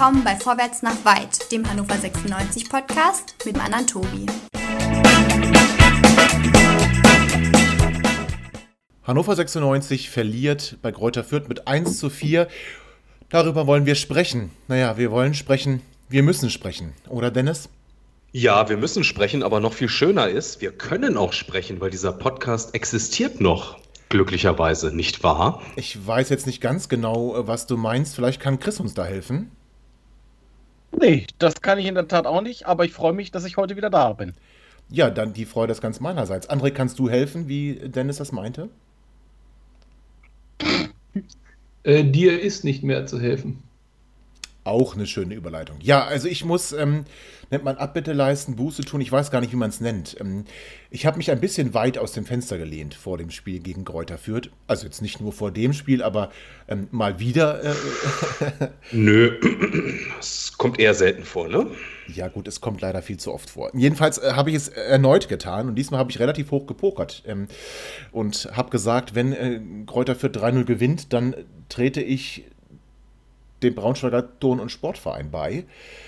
willkommen bei Vorwärts nach Weit, dem Hannover 96 Podcast mit meinem anderen Tobi. Hannover 96 verliert bei Greuther Fürth mit 1:4. Darüber wollen wir sprechen. Naja, wir wollen sprechen, wir müssen sprechen. Oder Dennis? Ja, wir müssen sprechen, aber noch viel schöner ist, wir können auch sprechen, weil dieser Podcast existiert noch. Glücklicherweise, nicht wahr? Ich weiß jetzt nicht ganz genau, was du meinst. Vielleicht kann Chris uns da helfen. Nee, das kann ich in der Tat auch nicht, aber ich freue mich, dass ich heute wieder da bin. Ja, dann die Freude ist ganz meinerseits. André, kannst du helfen, wie Dennis das meinte? Dir ist nicht mehr zu helfen. Auch eine schöne Überleitung. Ja, also ich muss, nennt man Abbitte leisten, Buße tun, ich weiß gar nicht, wie man es nennt. Ich habe mich ein bisschen weit aus dem Fenster gelehnt vor dem Spiel gegen Greuther Fürth. Also jetzt nicht nur vor dem Spiel, aber mal wieder. Nö, das kommt eher selten vor, ne? Ja gut, es kommt leider viel zu oft vor. Jedenfalls habe ich es erneut getan und diesmal habe ich relativ hoch gepokert und habe gesagt, wenn Greuther Fürth 3:0 gewinnt, dann trete ich dem Braunschweiger Turn- und Sportverein bei.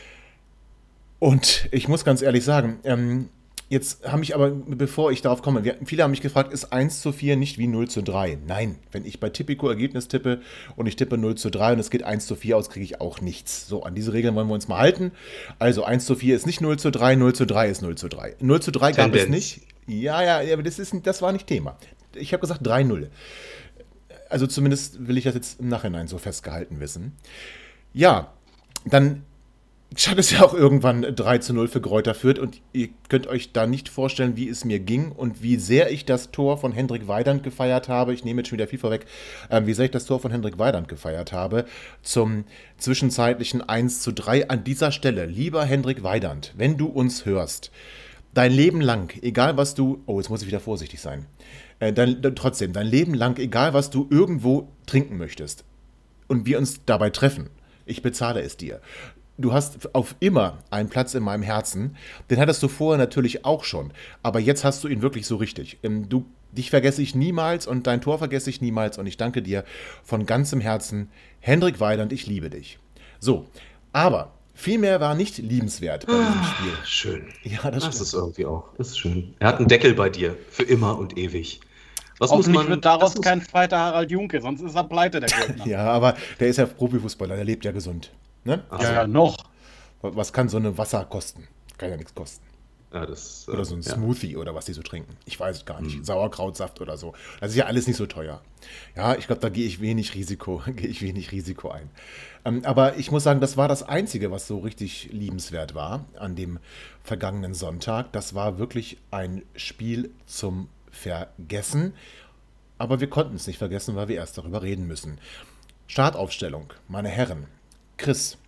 Und ich muss ganz ehrlich sagen, jetzt haben mich aber, bevor ich darauf komme, viele haben mich gefragt, ist 1:4 nicht wie 0:3? Nein, wenn ich bei Tipico Ergebnis tippe und ich tippe 0:3 und es geht 1:4 aus, kriege ich auch nichts. So, an diese Regeln wollen wir uns mal halten. Also 1:4 ist nicht 0:3, 0:3 ist 0:3. 0:3 gab es nicht. Ja, aber das war nicht Thema. Ich habe gesagt 3:0. Also zumindest will ich das jetzt im Nachhinein so festgehalten wissen. Ja, dann stand es ja auch irgendwann 3:0 für Greuther Fürth und ihr könnt euch da nicht vorstellen, wie es mir ging und wie sehr ich das Tor von Hendrik Weidand gefeiert habe. Ich nehme jetzt schon wieder viel vorweg, wie sehr ich das Tor von Hendrik Weidand gefeiert habe. Zum zwischenzeitlichen 1:3 an dieser Stelle. Lieber Hendrik Weidand, wenn du uns hörst, dein Leben lang, egal was du, jetzt muss ich wieder vorsichtig sein, trotzdem, dein Leben lang, egal was du irgendwo trinken möchtest und wir uns dabei treffen, ich bezahle es dir. Du hast auf immer einen Platz in meinem Herzen. Den hattest du vorher natürlich auch schon, aber jetzt hast du ihn wirklich so richtig. Dich vergesse ich niemals und dein Tor vergesse ich niemals und ich danke dir von ganzem Herzen. Hendrik Weidand, ich liebe dich. So, aber viel mehr war nicht liebenswert bei diesem Spiel. Schön. Ja, das ist irgendwie auch. Das ist schön. Er hat einen Deckel bei dir. Für immer und ewig. Hoffentlich wird daraus kein zweiter Harald Junke, sonst ist er pleite, der Gegner. Ja, aber der ist ja Profifußballer, der lebt ja gesund. Ne? Ja, noch. Was kann so eine Wasser kosten? Kann ja nichts kosten. Ja, oder so ein Smoothie oder was die so trinken. Ich weiß es gar nicht. Sauerkrautsaft oder so. Das ist ja alles nicht so teuer. Ja, ich glaube, da gehe ich wenig Risiko ein. Aber ich muss sagen, das war das Einzige, was so richtig liebenswert war an dem vergangenen Sonntag. Das war wirklich ein Spiel zum Vergessen. Aber wir konnten es nicht vergessen, weil wir erst darüber reden müssen. Startaufstellung, meine Herren. Chris,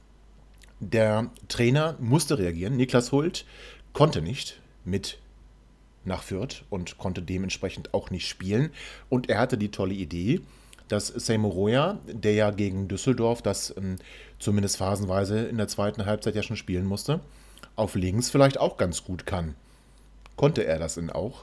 der Trainer musste reagieren. Niklas Hult konnte nicht mit nach Fürth und konnte dementsprechend auch nicht spielen. Und er hatte die tolle Idee, dass Seymour Roya, der ja gegen Düsseldorf das zumindest phasenweise in der zweiten Halbzeit ja schon spielen musste, auf links vielleicht auch ganz gut kann. Konnte er das denn auch?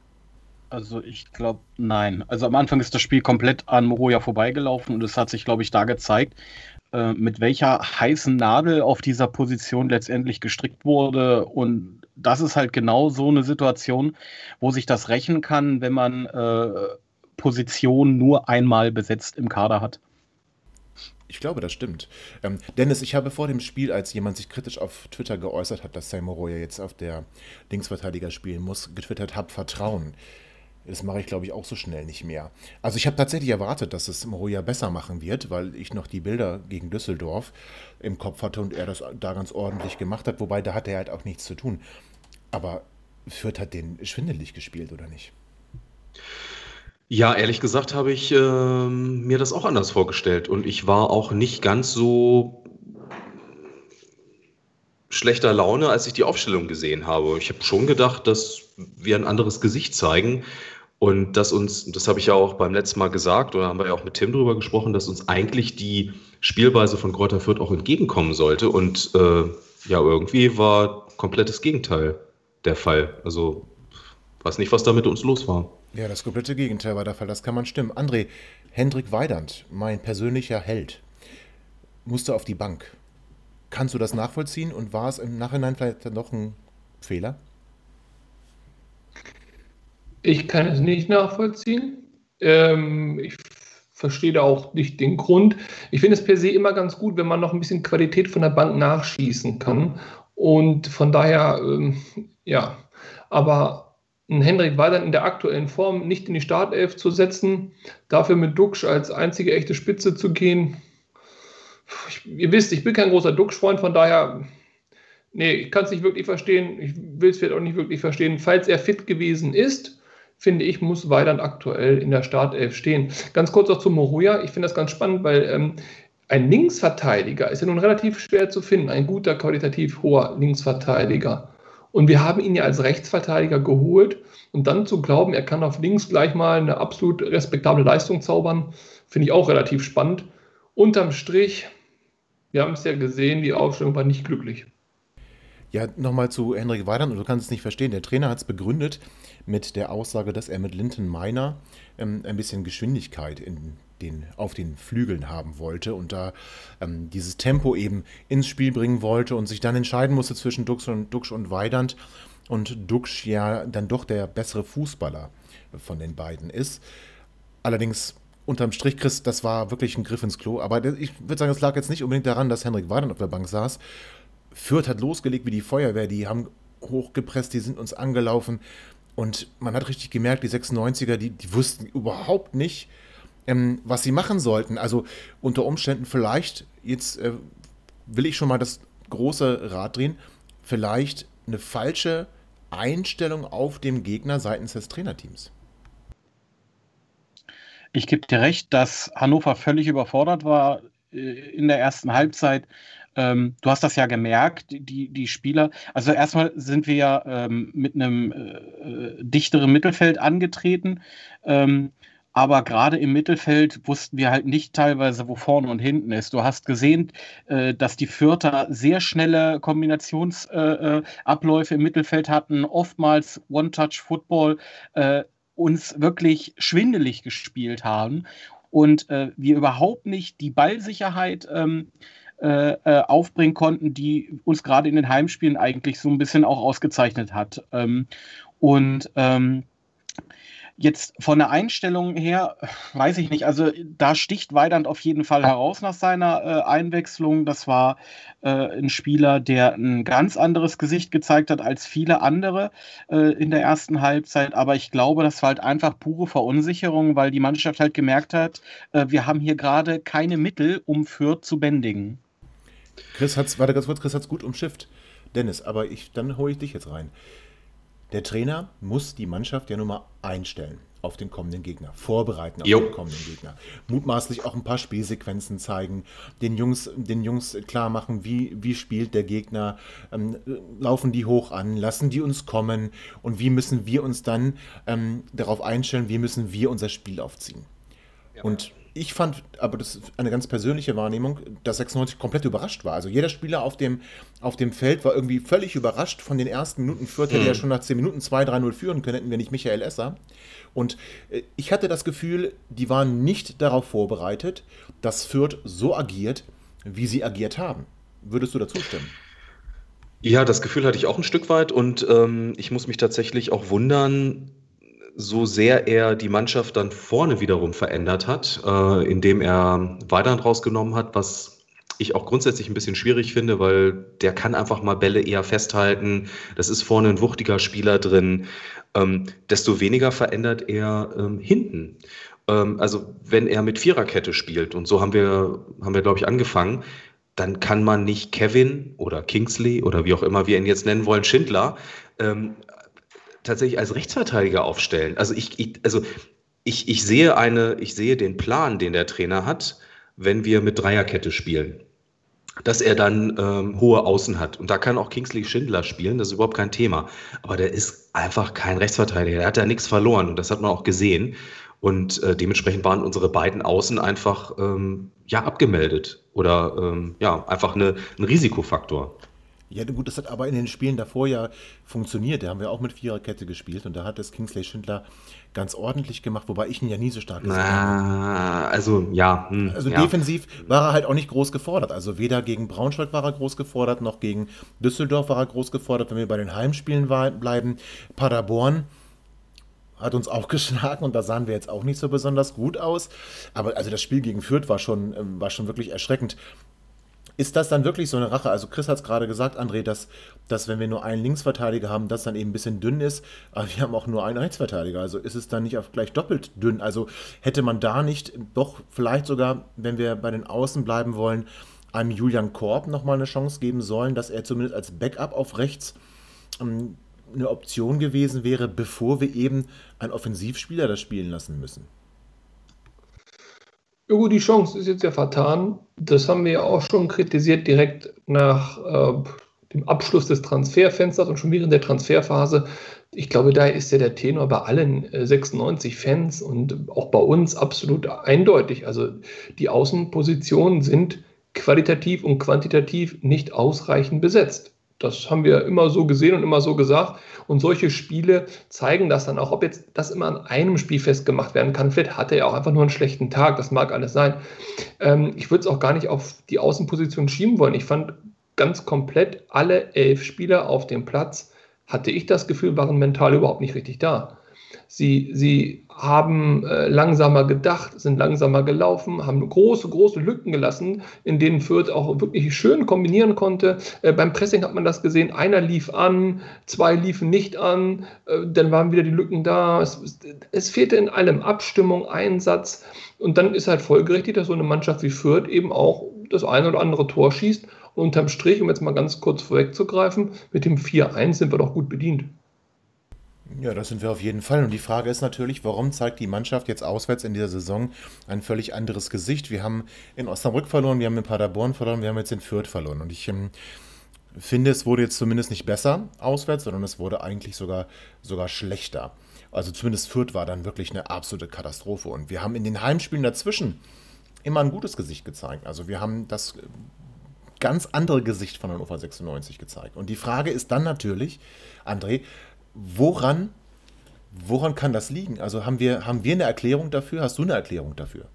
Also ich glaube, nein. Also am Anfang ist das Spiel komplett an Moroja vorbeigelaufen und es hat sich, glaube ich, da gezeigt, mit welcher heißen Nadel auf dieser Position letztendlich gestrickt wurde. Und das ist halt genau so eine Situation, wo sich das rächen kann, wenn man Position nur einmal besetzt im Kader hat. Ich glaube, das stimmt. Dennis, ich habe vor dem Spiel, als jemand sich kritisch auf Twitter geäußert hat, dass Seymour Roya jetzt auf der Linksverteidiger spielen muss, getwittert, hab Vertrauen. Das mache ich, glaube ich, auch so schnell nicht mehr. Also ich habe tatsächlich erwartet, dass es Moroja besser machen wird, weil ich noch die Bilder gegen Düsseldorf im Kopf hatte und er das da ganz ordentlich gemacht hat. Wobei, da hat er halt auch nichts zu tun. Aber Fürth hat den schwindelig gespielt, oder nicht? Ja, ehrlich gesagt habe ich mir das auch anders vorgestellt. Und ich war auch nicht ganz so schlechter Laune, als ich die Aufstellung gesehen habe. Ich habe schon gedacht, dass wir ein anderes Gesicht zeigen. Und dass uns, das habe ich ja auch beim letzten Mal gesagt, oder haben wir ja auch mit Tim drüber gesprochen, dass uns eigentlich die Spielweise von Greuther Fürth auch entgegenkommen sollte. Und irgendwie war komplettes Gegenteil der Fall. Also weiß nicht, was da mit uns los war. Ja, das komplette Gegenteil war der Fall, das kann man stimmen. André, Hendrik Weidand, mein persönlicher Held, musste auf die Bank. Kannst du das nachvollziehen und war es im Nachhinein vielleicht dann doch ein Fehler? Ich kann es nicht nachvollziehen. Ich verstehe da auch nicht den Grund. Ich finde es per se immer ganz gut, wenn man noch ein bisschen Qualität von der Bank nachschießen kann. Und von daher, ja, aber einen Hendrik Weidand in der aktuellen Form nicht in die Startelf zu setzen, dafür mit Duxch als einzige echte Spitze zu gehen. Ihr wisst, ich bin kein großer Duxch-Freund, von daher, nee, ich kann es nicht wirklich verstehen. Ich will es vielleicht auch nicht wirklich verstehen. Falls er fit gewesen ist, finde ich, muss Weidand aktuell in der Startelf stehen. Ganz kurz auch zu Moruya. Ich finde das ganz spannend, weil ein Linksverteidiger ist ja nun relativ schwer zu finden. Ein guter, qualitativ hoher Linksverteidiger. Und wir haben ihn ja als Rechtsverteidiger geholt. Und dann zu glauben, er kann auf links gleich mal eine absolut respektable Leistung zaubern, finde ich auch relativ spannend. Unterm Strich, wir haben es ja gesehen, die Aufstellung war nicht glücklich. Ja, nochmal zu Hendrik Weidand, und du kannst es nicht verstehen. Der Trainer hat es begründet mit der Aussage, dass er mit Linton Meiner ein bisschen Geschwindigkeit auf den Flügeln haben wollte und da dieses Tempo eben ins Spiel bringen wollte und sich dann entscheiden musste zwischen Duxch und Weidand. Und Duxch ja dann doch der bessere Fußballer von den beiden ist. Allerdings unterm Strich, Chris, das war wirklich ein Griff ins Klo. Aber ich würde sagen, es lag jetzt nicht unbedingt daran, dass Hendrik Weidand auf der Bank saß. Fürth hat losgelegt wie die Feuerwehr, die haben hochgepresst, die sind uns angelaufen und man hat richtig gemerkt, die 96er, die wussten überhaupt nicht, was sie machen sollten. Also unter Umständen vielleicht, jetzt will ich schon mal das große Rad drehen, vielleicht eine falsche Einstellung auf dem Gegner seitens des Trainerteams. Ich gebe dir recht, dass Hannover völlig überfordert war in der ersten Halbzeit. Du hast das ja gemerkt, die Spieler. Also erstmal sind wir ja mit einem dichteren Mittelfeld angetreten. Aber gerade im Mittelfeld wussten wir halt nicht teilweise, wo vorne und hinten ist. Du hast gesehen, dass die Fürther sehr schnelle Kombinationsabläufe im Mittelfeld hatten, oftmals One-Touch-Football uns wirklich schwindelig gespielt haben und wir überhaupt nicht die Ballsicherheit aufbringen konnten, die uns gerade in den Heimspielen eigentlich so ein bisschen auch ausgezeichnet hat. Jetzt von der Einstellung her, weiß ich nicht, also da sticht Weidand auf jeden Fall heraus nach seiner Einwechslung. Das war ein Spieler, der ein ganz anderes Gesicht gezeigt hat als viele andere in der ersten Halbzeit. Aber ich glaube, das war halt einfach pure Verunsicherung, weil die Mannschaft halt gemerkt hat, wir haben hier gerade keine Mittel, um Fürth zu bändigen. Chris hat's gut umschifft. Dennis, aber dann hole ich dich jetzt rein. Der Trainer muss die Mannschaft ja nun mal einstellen auf den kommenden Gegner, vorbereiten auf den kommenden Gegner. Mutmaßlich auch ein paar Spielsequenzen zeigen, den Jungs klar machen, wie spielt der Gegner, laufen die hoch an, lassen die uns kommen und wie müssen wir uns dann darauf einstellen, wie müssen wir unser Spiel aufziehen. Ja. Und ich fand, aber das ist eine ganz persönliche Wahrnehmung, dass 96 komplett überrascht war. Also jeder Spieler auf dem Feld war irgendwie völlig überrascht von den ersten Minuten. Fürth hätte ja schon nach 10 Minuten 2-3-0 führen können, hätten wir nicht Michael Esser. Und ich hatte das Gefühl, die waren nicht darauf vorbereitet, dass Fürth so agiert, wie sie agiert haben. Würdest du dazu stimmen? Ja, das Gefühl hatte ich auch ein Stück weit und ich muss mich tatsächlich auch wundern, so sehr er die Mannschaft dann vorne wiederum verändert hat, indem er Weidand rausgenommen hat, was ich auch grundsätzlich ein bisschen schwierig finde, weil der kann einfach mal Bälle eher festhalten. Das ist vorne ein wuchtiger Spieler drin. Desto weniger verändert er hinten. Also wenn er mit Viererkette spielt, und so haben wir, glaube ich, angefangen, dann kann man nicht Kevin oder Kingsley oder wie auch immer wir ihn jetzt nennen wollen, Schindler, tatsächlich als Rechtsverteidiger aufstellen. Also ich sehe den Plan, den der Trainer hat, wenn wir mit Dreierkette spielen, dass er dann hohe Außen hat. Und da kann auch Kingsley Schindler spielen, das ist überhaupt kein Thema. Aber der ist einfach kein Rechtsverteidiger, der hat da nichts verloren und das hat man auch gesehen. Und dementsprechend waren unsere beiden Außen einfach abgemeldet oder einfach ein Risikofaktor. Ja, gut, das hat aber in den Spielen davor ja funktioniert. Da haben wir auch mit Viererkette gespielt und da hat es Kingsley Schindler ganz ordentlich gemacht, wobei ich ihn ja nie so stark gesehen habe. Also ja. Also ja. defensiv war er halt auch nicht groß gefordert. Also weder gegen Braunschweig war er groß gefordert, noch gegen Düsseldorf war er groß gefordert. Wenn wir bei den Heimspielen bleiben, Paderborn hat uns auch geschlagen und da sahen wir jetzt auch nicht so besonders gut aus. Aber also das Spiel gegen Fürth war schon wirklich erschreckend. Ist das dann wirklich so eine Rache? Also Chris hat es gerade gesagt, André, dass wenn wir nur einen Linksverteidiger haben, das dann eben ein bisschen dünn ist, aber wir haben auch nur einen Rechtsverteidiger. Also ist es dann nicht auch gleich doppelt dünn? Also hätte man da nicht doch vielleicht sogar, wenn wir bei den Außen bleiben wollen, einem Julian Korb nochmal eine Chance geben sollen, dass er zumindest als Backup auf rechts eine Option gewesen wäre, bevor wir eben einen Offensivspieler das spielen lassen müssen? Ja gut, die Chance ist jetzt ja vertan. Das haben wir ja auch schon kritisiert direkt nach dem Abschluss des Transferfensters und schon während der Transferphase. Ich glaube, da ist ja der Tenor bei allen 96 Fans und auch bei uns absolut eindeutig. Also die Außenpositionen sind qualitativ und quantitativ nicht ausreichend besetzt. Das haben wir immer so gesehen und immer so gesagt. Und solche Spiele zeigen das dann auch. Ob jetzt das immer an einem Spiel festgemacht werden kann, vielleicht hat er ja auch einfach nur einen schlechten Tag, das mag alles sein. Ich würde es auch gar nicht auf die Außenposition schieben wollen. Ich fand ganz komplett alle 11 Spieler auf dem Platz, hatte ich das Gefühl, waren mental überhaupt nicht richtig da. Sie haben langsamer gedacht, sind langsamer gelaufen, haben große Lücken gelassen, in denen Fürth auch wirklich schön kombinieren konnte. Beim Pressing hat man das gesehen, einer lief an, 2 liefen nicht an, dann waren wieder die Lücken da. Es fehlte in allem Abstimmung, Einsatz und dann ist halt folgerichtig, dass so eine Mannschaft wie Fürth eben auch das eine oder andere Tor schießt. Und unterm Strich, um jetzt mal ganz kurz vorwegzugreifen, mit dem 4-1 sind wir doch gut bedient. Ja, das sind wir auf jeden Fall. Und die Frage ist natürlich, warum zeigt die Mannschaft jetzt auswärts in dieser Saison ein völlig anderes Gesicht? Wir haben in Osnabrück verloren, wir haben in Paderborn verloren, wir haben jetzt in Fürth verloren. Und ich finde, es wurde jetzt zumindest nicht besser auswärts, sondern es wurde eigentlich sogar schlechter. Also zumindest Fürth war dann wirklich eine absolute Katastrophe. Und wir haben in den Heimspielen dazwischen immer ein gutes Gesicht gezeigt. Also wir haben das ganz andere Gesicht von Hannover 96 gezeigt. Und die Frage ist dann natürlich, André, woran kann das liegen? Also haben wir eine Erklärung dafür? Hast du eine Erklärung dafür?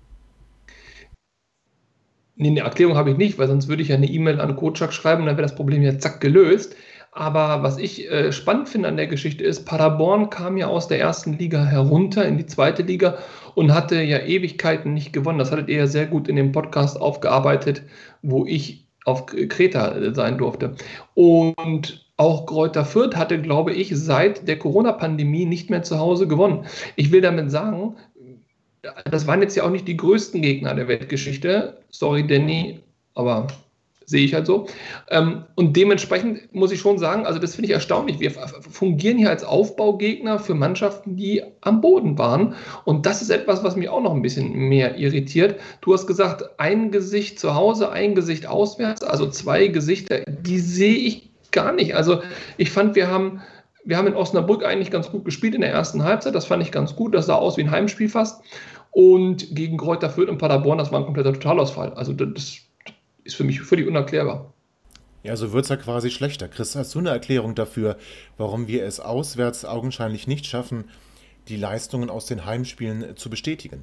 Nee, eine Erklärung habe ich nicht, weil sonst würde ich ja eine E-Mail an Kocak schreiben und dann wäre das Problem ja zack gelöst. Aber was ich spannend finde an der Geschichte ist, Paderborn kam ja aus der ersten Liga herunter in die zweite Liga und hatte ja Ewigkeiten nicht gewonnen. Das hattet ihr ja sehr gut in dem Podcast aufgearbeitet, wo ich auf Kreta sein durfte. Und auch Greuther Fürth hatte, glaube ich, seit der Corona-Pandemie nicht mehr zu Hause gewonnen. Ich will damit sagen, das waren jetzt ja auch nicht die größten Gegner der Weltgeschichte. Sorry, Danny, aber sehe ich halt so. Und dementsprechend muss ich schon sagen, also das finde ich erstaunlich. Wir fungieren hier als Aufbaugegner für Mannschaften, die am Boden waren. Und das ist etwas, was mich auch noch ein bisschen mehr irritiert. Du hast gesagt, ein Gesicht zu Hause, ein Gesicht auswärts, also 2 Gesichter, die sehe ich gar nicht. Also ich fand, wir haben in Osnabrück eigentlich ganz gut gespielt in der ersten Halbzeit. Das fand ich ganz gut. Das sah aus wie ein Heimspiel fast. Und gegen Greuther Fürth und Paderborn, das war ein kompletter Totalausfall. Also das ist für mich völlig unerklärbar. Ja, so wird es ja quasi schlechter. Chris, hast du eine Erklärung dafür, warum wir es auswärts augenscheinlich nicht schaffen, die Leistungen aus den Heimspielen zu bestätigen?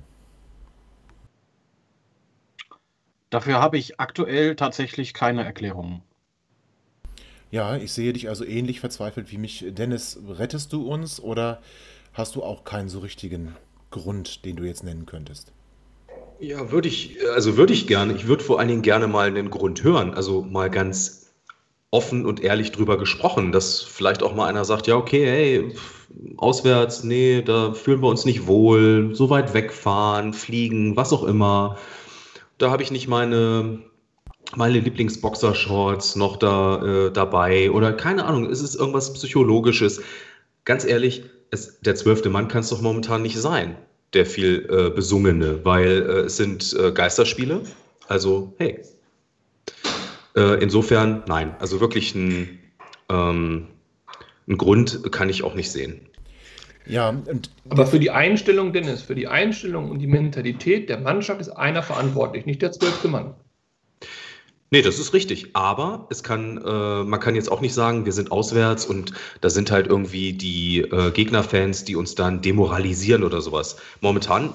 Dafür habe ich aktuell tatsächlich keine Erklärung. Ja, ich sehe dich also ähnlich verzweifelt wie mich. Dennis, rettest du uns oder hast du auch keinen so richtigen Grund, den du jetzt nennen könntest? Ja, würde ich gerne. Ich würde vor allen Dingen gerne mal einen Grund hören. Also mal ganz offen und ehrlich drüber gesprochen, dass vielleicht auch mal einer sagt, ja, okay, hey, auswärts, nee, da fühlen wir uns nicht wohl, so weit wegfahren, fliegen, was auch immer. Da habe ich nicht meine Lieblingsboxershorts noch dabei oder keine Ahnung, ist es irgendwas Psychologisches? Ganz ehrlich, der 12. Mann kann es doch momentan nicht sein, der viel Besungene, weil es sind Geisterspiele. Also, hey. Insofern, nein. Also wirklich einen Grund kann ich auch nicht sehen. Ja, aber für die Einstellung, Dennis, für die Einstellung und die Mentalität der Mannschaft ist einer verantwortlich, nicht der 12. Mann. Nee, das ist richtig. Aber man kann jetzt auch nicht sagen, wir sind auswärts und da sind halt irgendwie die Gegnerfans, die uns dann demoralisieren oder sowas. Momentan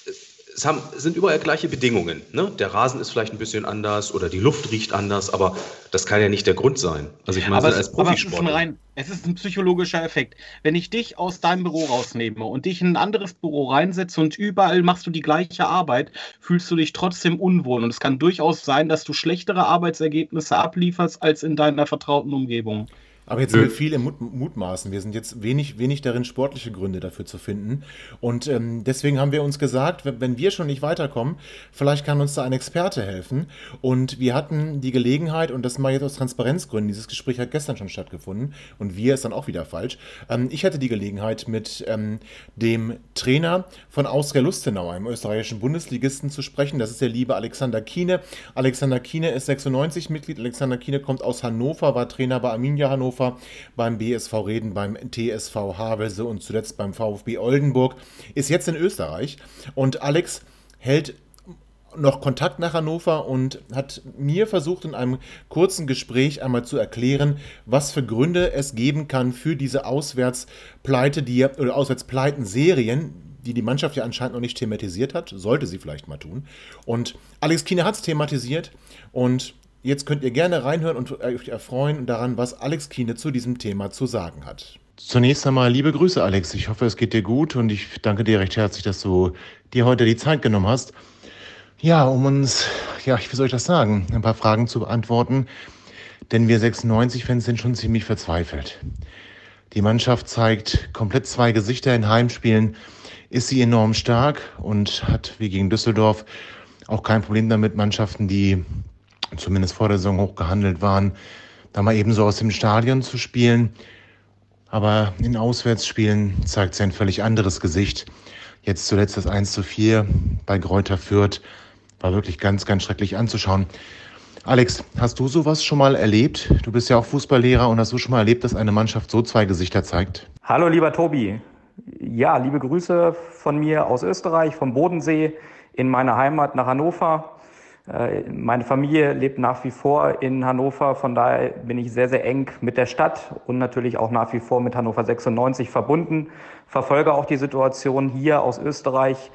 sind überall gleiche Bedingungen. Ne? Der Rasen ist vielleicht ein bisschen anders oder die Luft riecht anders, aber das kann ja nicht der Grund sein. Also ich meine, als Profisportler. Es ist ein psychologischer Effekt. Wenn ich dich aus deinem Büro rausnehme und dich in ein anderes Büro reinsetze und überall machst du die gleiche Arbeit, fühlst du dich trotzdem unwohl. Und es kann durchaus sein, dass du schlechtere Arbeitsergebnisse ablieferst als in deiner vertrauten Umgebung. Aber jetzt sind wir viel im Mutmaßen. Wir sind jetzt wenig darin, sportliche Gründe dafür zu finden. Und deswegen haben wir uns gesagt, wenn wir schon nicht weiterkommen, vielleicht kann uns da ein Experte helfen. Und wir hatten die Gelegenheit, und das mal jetzt aus Transparenzgründen, dieses Gespräch hat gestern schon stattgefunden, und wir ist dann auch wieder falsch. Ich hatte die Gelegenheit, mit dem Trainer von Austria Lustenau, einem österreichischen Bundesligisten, zu sprechen. Das ist der liebe Alexander Kiene. Alexander Kiene ist 96 Mitglied. Alexander Kiene kommt aus Hannover, war Trainer bei Arminia Hannover, beim BSV Reden, beim TSV Havelse und zuletzt beim VfB Oldenburg, ist jetzt in Österreich. Und Alex hält noch Kontakt nach Hannover und hat mir versucht, in einem kurzen Gespräch einmal zu erklären, was für Gründe es geben kann für diese Auswärtspleite, oder Auswärtspleiten-Serien, die Mannschaft ja anscheinend noch nicht thematisiert hat. Sollte sie vielleicht mal tun. Und Alex Kiene hat es thematisiert und jetzt könnt ihr gerne reinhören und euch erfreuen daran, was Alex Kiene zu diesem Thema zu sagen hat. Zunächst einmal liebe Grüße, Alex. Ich hoffe, es geht dir gut und ich danke dir recht herzlich, dass du dir heute die Zeit genommen hast. Ja, um uns, wie soll ich das sagen, ein paar Fragen zu beantworten. Denn wir 96-Fans sind schon ziemlich verzweifelt. Die Mannschaft zeigt komplett zwei Gesichter in Heimspielen, ist sie enorm stark und hat, wie gegen Düsseldorf, auch kein Problem damit, Mannschaften, die zumindest vor der Saison hoch gehandelt waren, da mal eben so aus dem Stadion zu spielen. Aber in Auswärtsspielen zeigt sie ein völlig anderes Gesicht. Jetzt zuletzt das 1:4 bei Greuther Fürth war wirklich ganz, ganz schrecklich anzuschauen. Alex, hast du sowas schon mal erlebt? Du bist ja auch Fußballlehrer und hast du schon mal erlebt, dass eine Mannschaft so zwei Gesichter zeigt? Hallo lieber Tobi. Ja, liebe Grüße von mir aus Österreich, vom Bodensee in meine Heimat nach Hannover. Meine Familie lebt nach wie vor in Hannover, von daher bin ich sehr, sehr eng mit der Stadt und natürlich auch nach wie vor mit Hannover 96 verbunden. Verfolge auch die Situation hier aus Österreich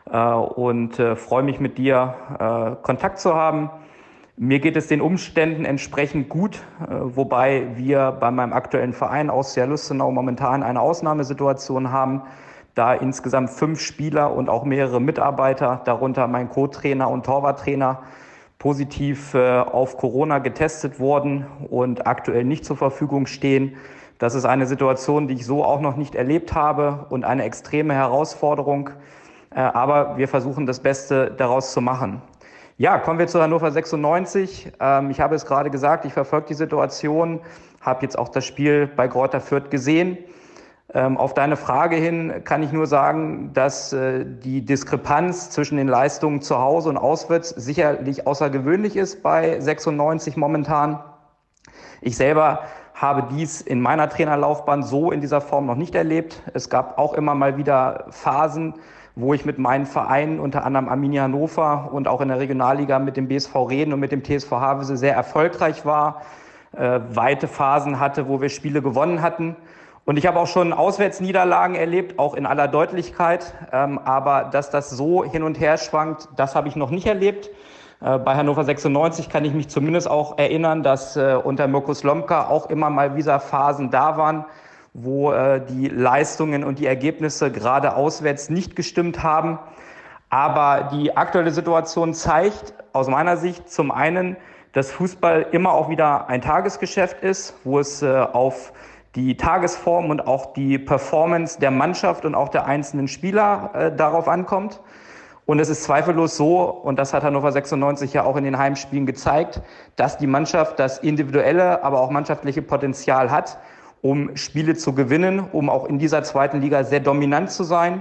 und freue mich mit dir Kontakt zu haben. Mir geht es den Umständen entsprechend gut, wobei wir bei meinem aktuellen Verein Austria Lustenau momentan eine Ausnahmesituation haben, da insgesamt 5 Spieler und auch mehrere Mitarbeiter, darunter mein Co-Trainer und Torwarttrainer, positiv auf Corona getestet wurden und aktuell nicht zur Verfügung stehen. Das ist eine Situation, die ich so auch noch nicht erlebt habe und eine extreme Herausforderung. Aber wir versuchen das Beste daraus zu machen. Ja, kommen wir zu Hannover 96. Ich habe es gerade gesagt, ich verfolge die Situation, habe jetzt auch das Spiel bei Greuther Fürth gesehen. Auf deine Frage hin kann ich nur sagen, dass die Diskrepanz zwischen den Leistungen zu Hause und auswärts sicherlich außergewöhnlich ist bei 96 momentan. Ich selber habe dies in meiner Trainerlaufbahn so in dieser Form noch nicht erlebt. Es gab auch immer mal wieder Phasen, wo ich mit meinen Vereinen, unter anderem Arminia Hannover und auch in der Regionalliga mit dem BSV Reden und mit dem TSV Havelse sehr erfolgreich war, weite Phasen hatte, wo wir Spiele gewonnen hatten. Und ich habe auch schon Auswärtsniederlagen erlebt, auch in aller Deutlichkeit. Aber dass das so hin und her schwankt, das habe ich noch nicht erlebt. Bei Hannover 96 kann ich mich zumindest auch erinnern, dass unter Mirko Slomka auch immer mal wieder Phasen da waren, wo die Leistungen und die Ergebnisse gerade auswärts nicht gestimmt haben. Aber die aktuelle Situation zeigt aus meiner Sicht zum einen, dass Fußball immer auch wieder ein Tagesgeschäft ist, wo es auf die Tagesform und auch die Performance der Mannschaft und auch der einzelnen Spieler darauf ankommt. Und es ist zweifellos so, und das hat Hannover 96 ja auch in den Heimspielen gezeigt, dass die Mannschaft das individuelle, aber auch mannschaftliche Potenzial hat, um Spiele zu gewinnen, um auch in dieser zweiten Liga sehr dominant zu sein.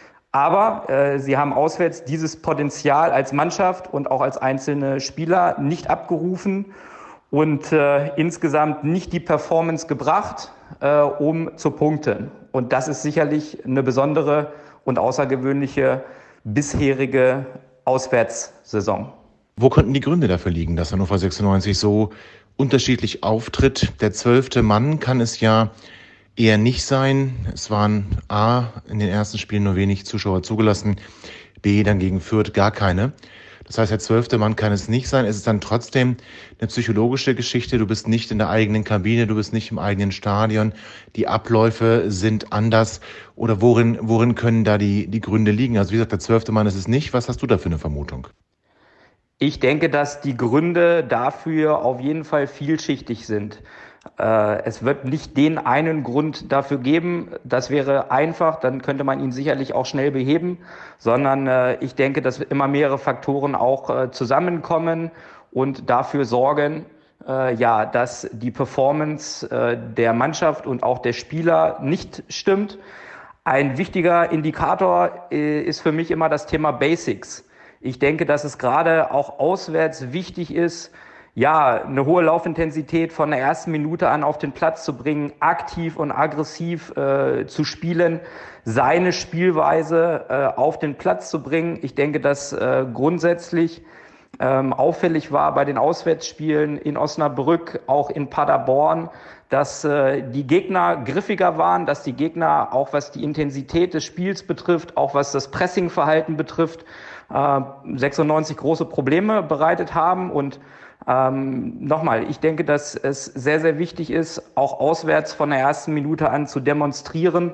Aber sie haben auswärts dieses Potenzial als Mannschaft und auch als einzelne Spieler nicht abgerufen und insgesamt nicht die Performance gebracht, um zu punkten. Und das ist sicherlich eine besondere und außergewöhnliche bisherige Auswärtssaison. Wo könnten die Gründe dafür liegen, dass Hannover 96 so unterschiedlich auftritt? Der 12. Mann kann es ja eher nicht sein. Es waren A, in den ersten Spielen nur wenig Zuschauer zugelassen, B, dann gegen Fürth gar keine. Das heißt, der 12. Mann kann es nicht sein. Es ist dann trotzdem eine psychologische Geschichte. Du bist nicht in der eigenen Kabine, du bist nicht im eigenen Stadion. Die Abläufe sind anders. Oder worin können da die Gründe liegen? Also wie gesagt, der 12. Mann ist es nicht. Was hast du da für eine Vermutung? Ich denke, dass die Gründe dafür auf jeden Fall vielschichtig sind. Es wird nicht den einen Grund dafür geben, das wäre einfach, dann könnte man ihn sicherlich auch schnell beheben, sondern ich denke, dass immer mehrere Faktoren auch zusammenkommen und dafür sorgen, dass die Performance der Mannschaft und auch der Spieler nicht stimmt. Ein wichtiger Indikator ist für mich immer das Thema Basics. Ich denke, dass es gerade auch auswärts wichtig ist, eine hohe Laufintensität von der ersten Minute an auf den Platz zu bringen, aktiv und aggressiv zu spielen, seine Spielweise auf den Platz zu bringen. Ich denke, dass grundsätzlich auffällig war bei den Auswärtsspielen in Osnabrück, auch in Paderborn, dass die Gegner griffiger waren, dass die Gegner, auch was die Intensität des Spiels betrifft, auch was das Pressingverhalten betrifft, 96 große Probleme bereitet haben. Und nochmal, ich denke, dass es sehr, sehr wichtig ist, auch auswärts von der ersten Minute an zu demonstrieren,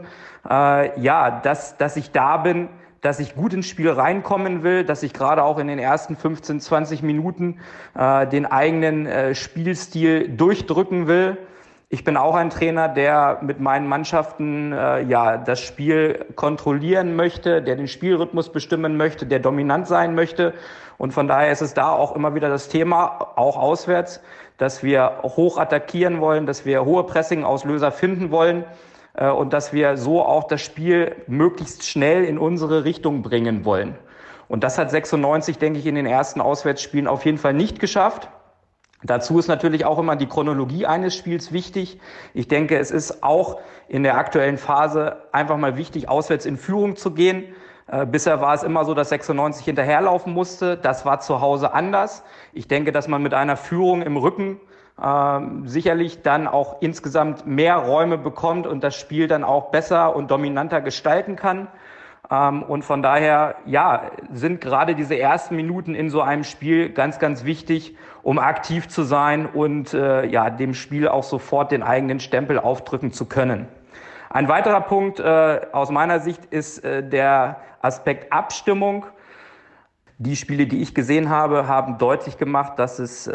dass ich da bin, dass ich gut ins Spiel reinkommen will, dass ich gerade auch in den ersten 15, 20 Minuten den eigenen Spielstil durchdrücken will. Ich bin auch ein Trainer, der mit meinen Mannschaften das Spiel kontrollieren möchte, der den Spielrhythmus bestimmen möchte, der dominant sein möchte. Und von daher ist es da auch immer wieder das Thema, auch auswärts, dass wir hoch attackieren wollen, dass wir hohe Pressing-Auslöser finden wollen und dass wir so auch das Spiel möglichst schnell in unsere Richtung bringen wollen. Und das hat 96, denke ich, in den ersten Auswärtsspielen auf jeden Fall nicht geschafft. Dazu ist natürlich auch immer die Chronologie eines Spiels wichtig. Ich denke, es ist auch in der aktuellen Phase einfach mal wichtig, auswärts in Führung zu gehen. Bisher war es immer so, dass 96 hinterherlaufen musste. Das war zu Hause anders. Ich denke, dass man mit einer Führung im Rücken sicherlich dann auch insgesamt mehr Räume bekommt und das Spiel dann auch besser und dominanter gestalten kann. Und von daher, sind gerade diese ersten Minuten in so einem Spiel ganz, ganz wichtig, um aktiv zu sein und dem Spiel auch sofort den eigenen Stempel aufdrücken zu können. Ein weiterer Punkt aus meiner Sicht ist der Aspekt Abstimmung. Die Spiele, die ich gesehen habe, haben deutlich gemacht, dass es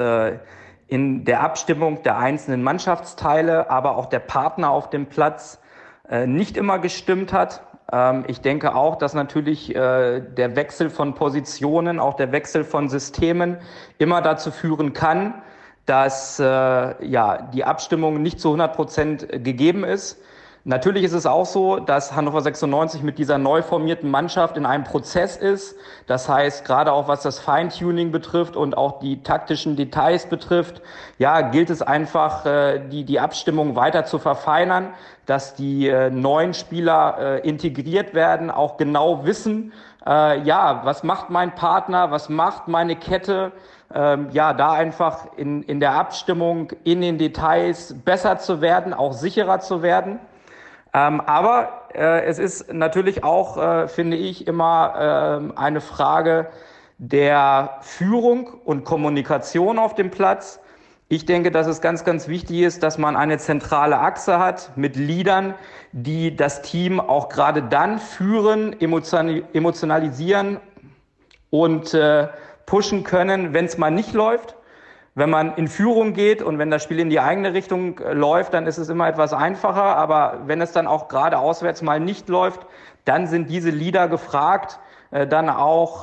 in der Abstimmung der einzelnen Mannschaftsteile, aber auch der Partner auf dem Platz nicht immer gestimmt hat. Ich denke auch, dass natürlich der Wechsel von Positionen, auch der Wechsel von Systemen immer dazu führen kann, dass die Abstimmung nicht zu 100% gegeben ist. Natürlich ist es auch so, dass Hannover 96 mit dieser neu formierten Mannschaft in einem Prozess ist. Das heißt, gerade auch was das Feintuning betrifft und auch die taktischen Details betrifft, gilt es einfach, die Abstimmung weiter zu verfeinern, dass die neuen Spieler integriert werden, auch genau wissen, was macht mein Partner, was macht meine Kette, da einfach in der Abstimmung, in den Details besser zu werden, auch sicherer zu werden. Aber es ist natürlich auch, finde ich, immer eine Frage der Führung und Kommunikation auf dem Platz. Ich denke, dass es ganz, ganz wichtig ist, dass man eine zentrale Achse hat mit Leadern, die das Team auch gerade dann führen, emotionalisieren und pushen können, wenn es mal nicht läuft. Wenn man in Führung geht und wenn das Spiel in die eigene Richtung läuft, dann ist es immer etwas einfacher. Aber wenn es dann auch gerade auswärts mal nicht läuft, dann sind diese Leader gefragt, dann auch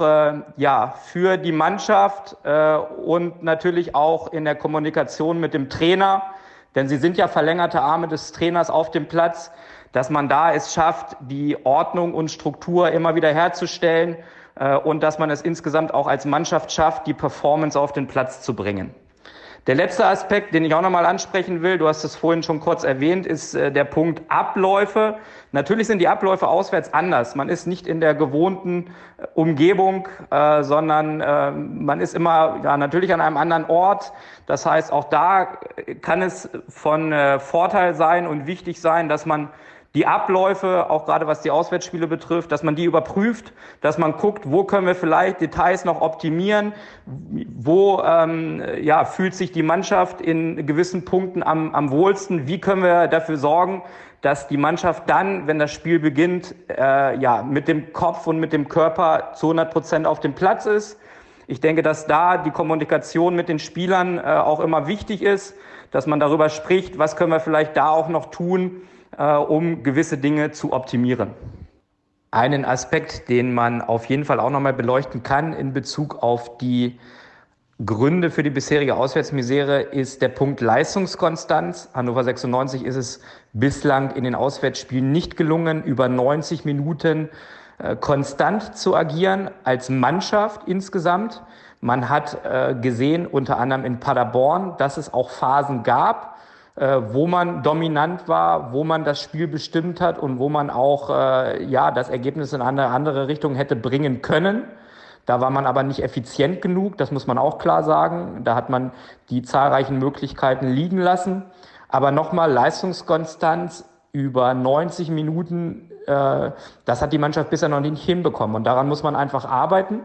für die Mannschaft und natürlich auch in der Kommunikation mit dem Trainer. Denn sie sind ja verlängerte Arme des Trainers auf dem Platz, dass man da es schafft, die Ordnung und Struktur immer wieder herzustellen und dass man es insgesamt auch als Mannschaft schafft, die Performance auf den Platz zu bringen. Der letzte Aspekt, den ich auch nochmal ansprechen will, du hast es vorhin schon kurz erwähnt, ist der Punkt Abläufe. Natürlich sind die Abläufe auswärts anders. Man ist nicht in der gewohnten Umgebung, sondern man ist immer natürlich an einem anderen Ort. Das heißt, auch da kann es von Vorteil sein und wichtig sein, dass man die Abläufe, auch gerade was die Auswärtsspiele betrifft, dass man die überprüft, dass man guckt, wo können wir vielleicht Details noch optimieren, wo fühlt sich die Mannschaft in gewissen Punkten am wohlsten, wie können wir dafür sorgen, dass die Mannschaft dann, wenn das Spiel beginnt, mit dem Kopf und mit dem Körper zu 100% auf dem Platz ist. Ich denke, dass da die Kommunikation mit den Spielern auch immer wichtig ist, dass man darüber spricht, was können wir vielleicht da auch noch tun, um gewisse Dinge zu optimieren. Einen Aspekt, den man auf jeden Fall auch nochmal beleuchten kann in Bezug auf die Gründe für die bisherige Auswärtsmisere, ist der Punkt Leistungskonstanz. Hannover 96 ist es bislang in den Auswärtsspielen nicht gelungen, über 90 Minuten konstant zu agieren als Mannschaft insgesamt. Man hat gesehen, unter anderem in Paderborn, dass es auch Phasen gab, wo man dominant war, wo man das Spiel bestimmt hat und wo man auch das Ergebnis in eine andere Richtung hätte bringen können. Da war man aber nicht effizient genug, das muss man auch klar sagen. Da hat man die zahlreichen Möglichkeiten liegen lassen. Aber nochmal, Leistungskonstanz über 90 Minuten, das hat die Mannschaft bisher noch nicht hinbekommen. Und daran muss man einfach arbeiten.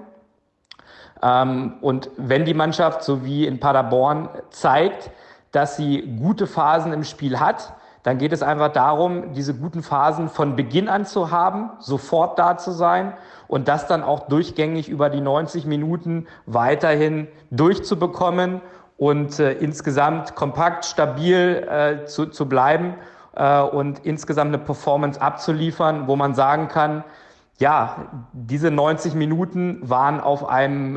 Und wenn die Mannschaft, so wie in Paderborn, zeigt, dass sie gute Phasen im Spiel hat, dann geht es einfach darum, diese guten Phasen von Beginn an zu haben, sofort da zu sein und das dann auch durchgängig über die 90 Minuten weiterhin durchzubekommen und insgesamt kompakt, stabil zu bleiben und insgesamt eine Performance abzuliefern, wo man sagen kann, ja, diese 90 Minuten waren auf einem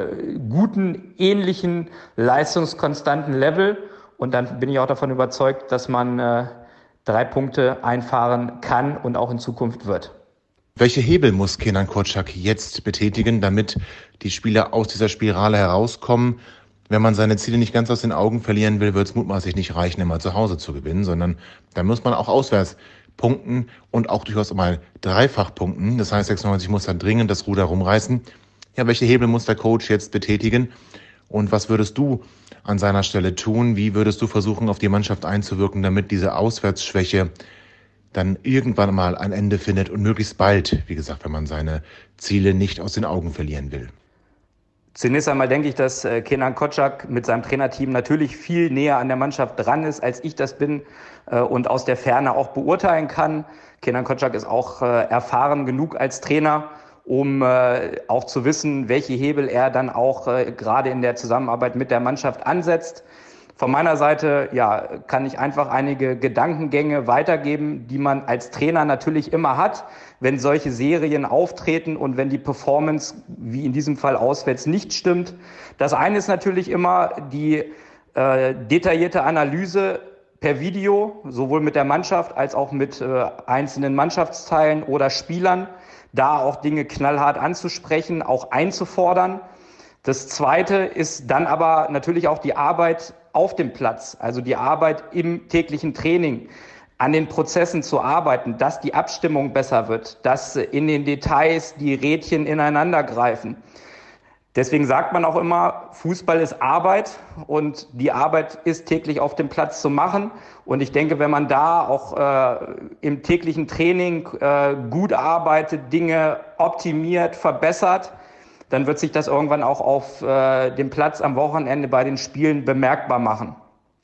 guten, ähnlichen, leistungskonstanten Level. Und dann bin ich auch davon überzeugt, dass man 3 Punkte einfahren kann und auch in Zukunft wird. Welche Hebel muss Kenan Kotschak jetzt betätigen, damit die Spieler aus dieser Spirale herauskommen? Wenn man seine Ziele nicht ganz aus den Augen verlieren will, wird es mutmaßlich nicht reichen, immer zu Hause zu gewinnen, sondern da muss man auch auswärts punkten und auch durchaus mal dreifach punkten. Das heißt, 96 muss dann dringend das Ruder rumreißen. Ja, welche Hebel muss der Coach jetzt betätigen? Und was würdest du an seiner Stelle tun? Wie würdest du versuchen, auf die Mannschaft einzuwirken, damit diese Auswärtsschwäche dann irgendwann mal ein Ende findet und möglichst bald, wie gesagt, wenn man seine Ziele nicht aus den Augen verlieren will? Zunächst einmal denke ich, dass Kenan Kotschak mit seinem Trainerteam natürlich viel näher an der Mannschaft dran ist, als ich das bin und aus der Ferne auch beurteilen kann. Kenan Kotschak ist auch erfahren genug als Trainer, um auch zu wissen, welche Hebel er dann auch gerade in der Zusammenarbeit mit der Mannschaft ansetzt. Von meiner Seite kann ich einfach einige Gedankengänge weitergeben, die man als Trainer natürlich immer hat, wenn solche Serien auftreten und wenn die Performance, wie in diesem Fall auswärts, nicht stimmt. Das eine ist natürlich immer die detaillierte Analyse per Video, sowohl mit der Mannschaft als auch mit einzelnen Mannschaftsteilen oder Spielern, da auch Dinge knallhart anzusprechen, auch einzufordern. Das Zweite ist dann aber natürlich auch die Arbeit auf dem Platz, also die Arbeit im täglichen Training, an den Prozessen zu arbeiten, dass die Abstimmung besser wird, dass in den Details die Rädchen ineinander greifen. Deswegen sagt man auch immer, Fußball ist Arbeit und die Arbeit ist täglich auf dem Platz zu machen. Und ich denke, wenn man da auch im täglichen Training gut arbeitet, Dinge optimiert, verbessert, dann wird sich das irgendwann auch auf dem Platz am Wochenende bei den Spielen bemerkbar machen.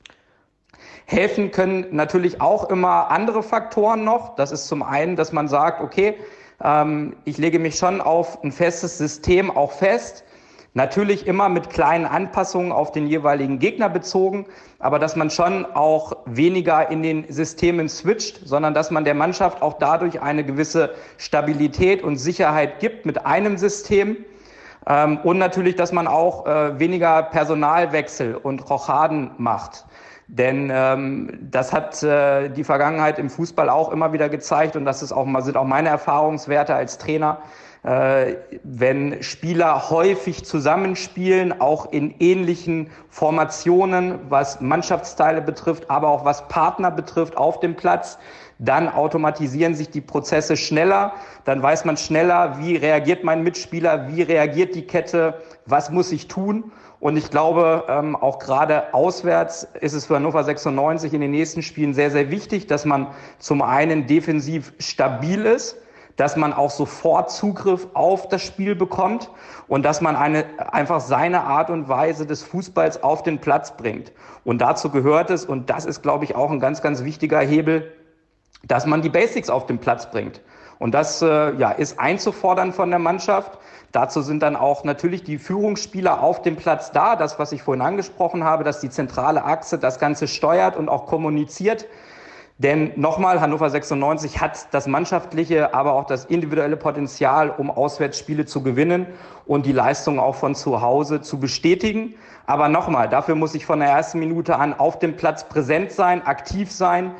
Helfen können natürlich auch immer andere Faktoren noch. Das ist zum einen, dass man sagt, okay, ich lege mich schon auf ein festes System auch fest. Natürlich immer mit kleinen Anpassungen auf den jeweiligen Gegner bezogen, aber dass man schon auch weniger in den Systemen switcht, sondern dass man der Mannschaft auch dadurch eine gewisse Stabilität und Sicherheit gibt mit einem System. Und natürlich, dass man auch weniger Personalwechsel und Rochaden macht. Denn das hat die Vergangenheit im Fußball auch immer wieder gezeigt und das ist auch, sind auch meine Erfahrungswerte als Trainer, wenn Spieler häufig zusammenspielen, auch in ähnlichen Formationen, was Mannschaftsteile betrifft, aber auch was Partner betrifft auf dem Platz, dann automatisieren sich die Prozesse schneller, dann weiß man schneller, wie reagiert mein Mitspieler, wie reagiert die Kette, was muss ich tun. Und ich glaube, auch gerade auswärts ist es für Hannover 96 in den nächsten Spielen sehr, sehr wichtig, dass man zum einen defensiv stabil ist, dass man auch sofort Zugriff auf das Spiel bekommt und dass man einfach seine Art und Weise des Fußballs auf den Platz bringt. Und dazu gehört es, und das ist, glaube ich, auch ein ganz, ganz wichtiger Hebel, dass man die Basics auf den Platz bringt. Und das ist einzufordern von der Mannschaft. Dazu sind dann auch natürlich die Führungsspieler auf dem Platz da. Das, was ich vorhin angesprochen habe, dass die zentrale Achse das Ganze steuert und auch kommuniziert. Denn nochmal, Hannover 96 hat das mannschaftliche, aber auch das individuelle Potenzial, um Auswärtsspiele zu gewinnen und die Leistung auch von zu Hause zu bestätigen. Aber nochmal, dafür muss ich von der ersten Minute an auf dem Platz präsent sein, aktiv sein,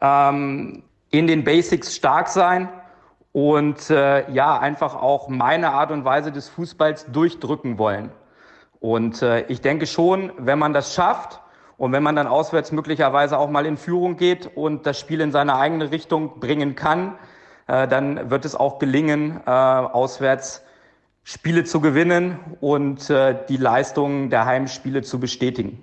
in den Basics stark sein und einfach auch meine Art und Weise des Fußballs durchdrücken wollen. Und ich denke schon, wenn man das schafft und wenn man dann auswärts möglicherweise auch mal in Führung geht und das Spiel in seine eigene Richtung bringen kann, dann wird es auch gelingen, auswärts Spiele zu gewinnen und die Leistungen der Heimspiele zu bestätigen.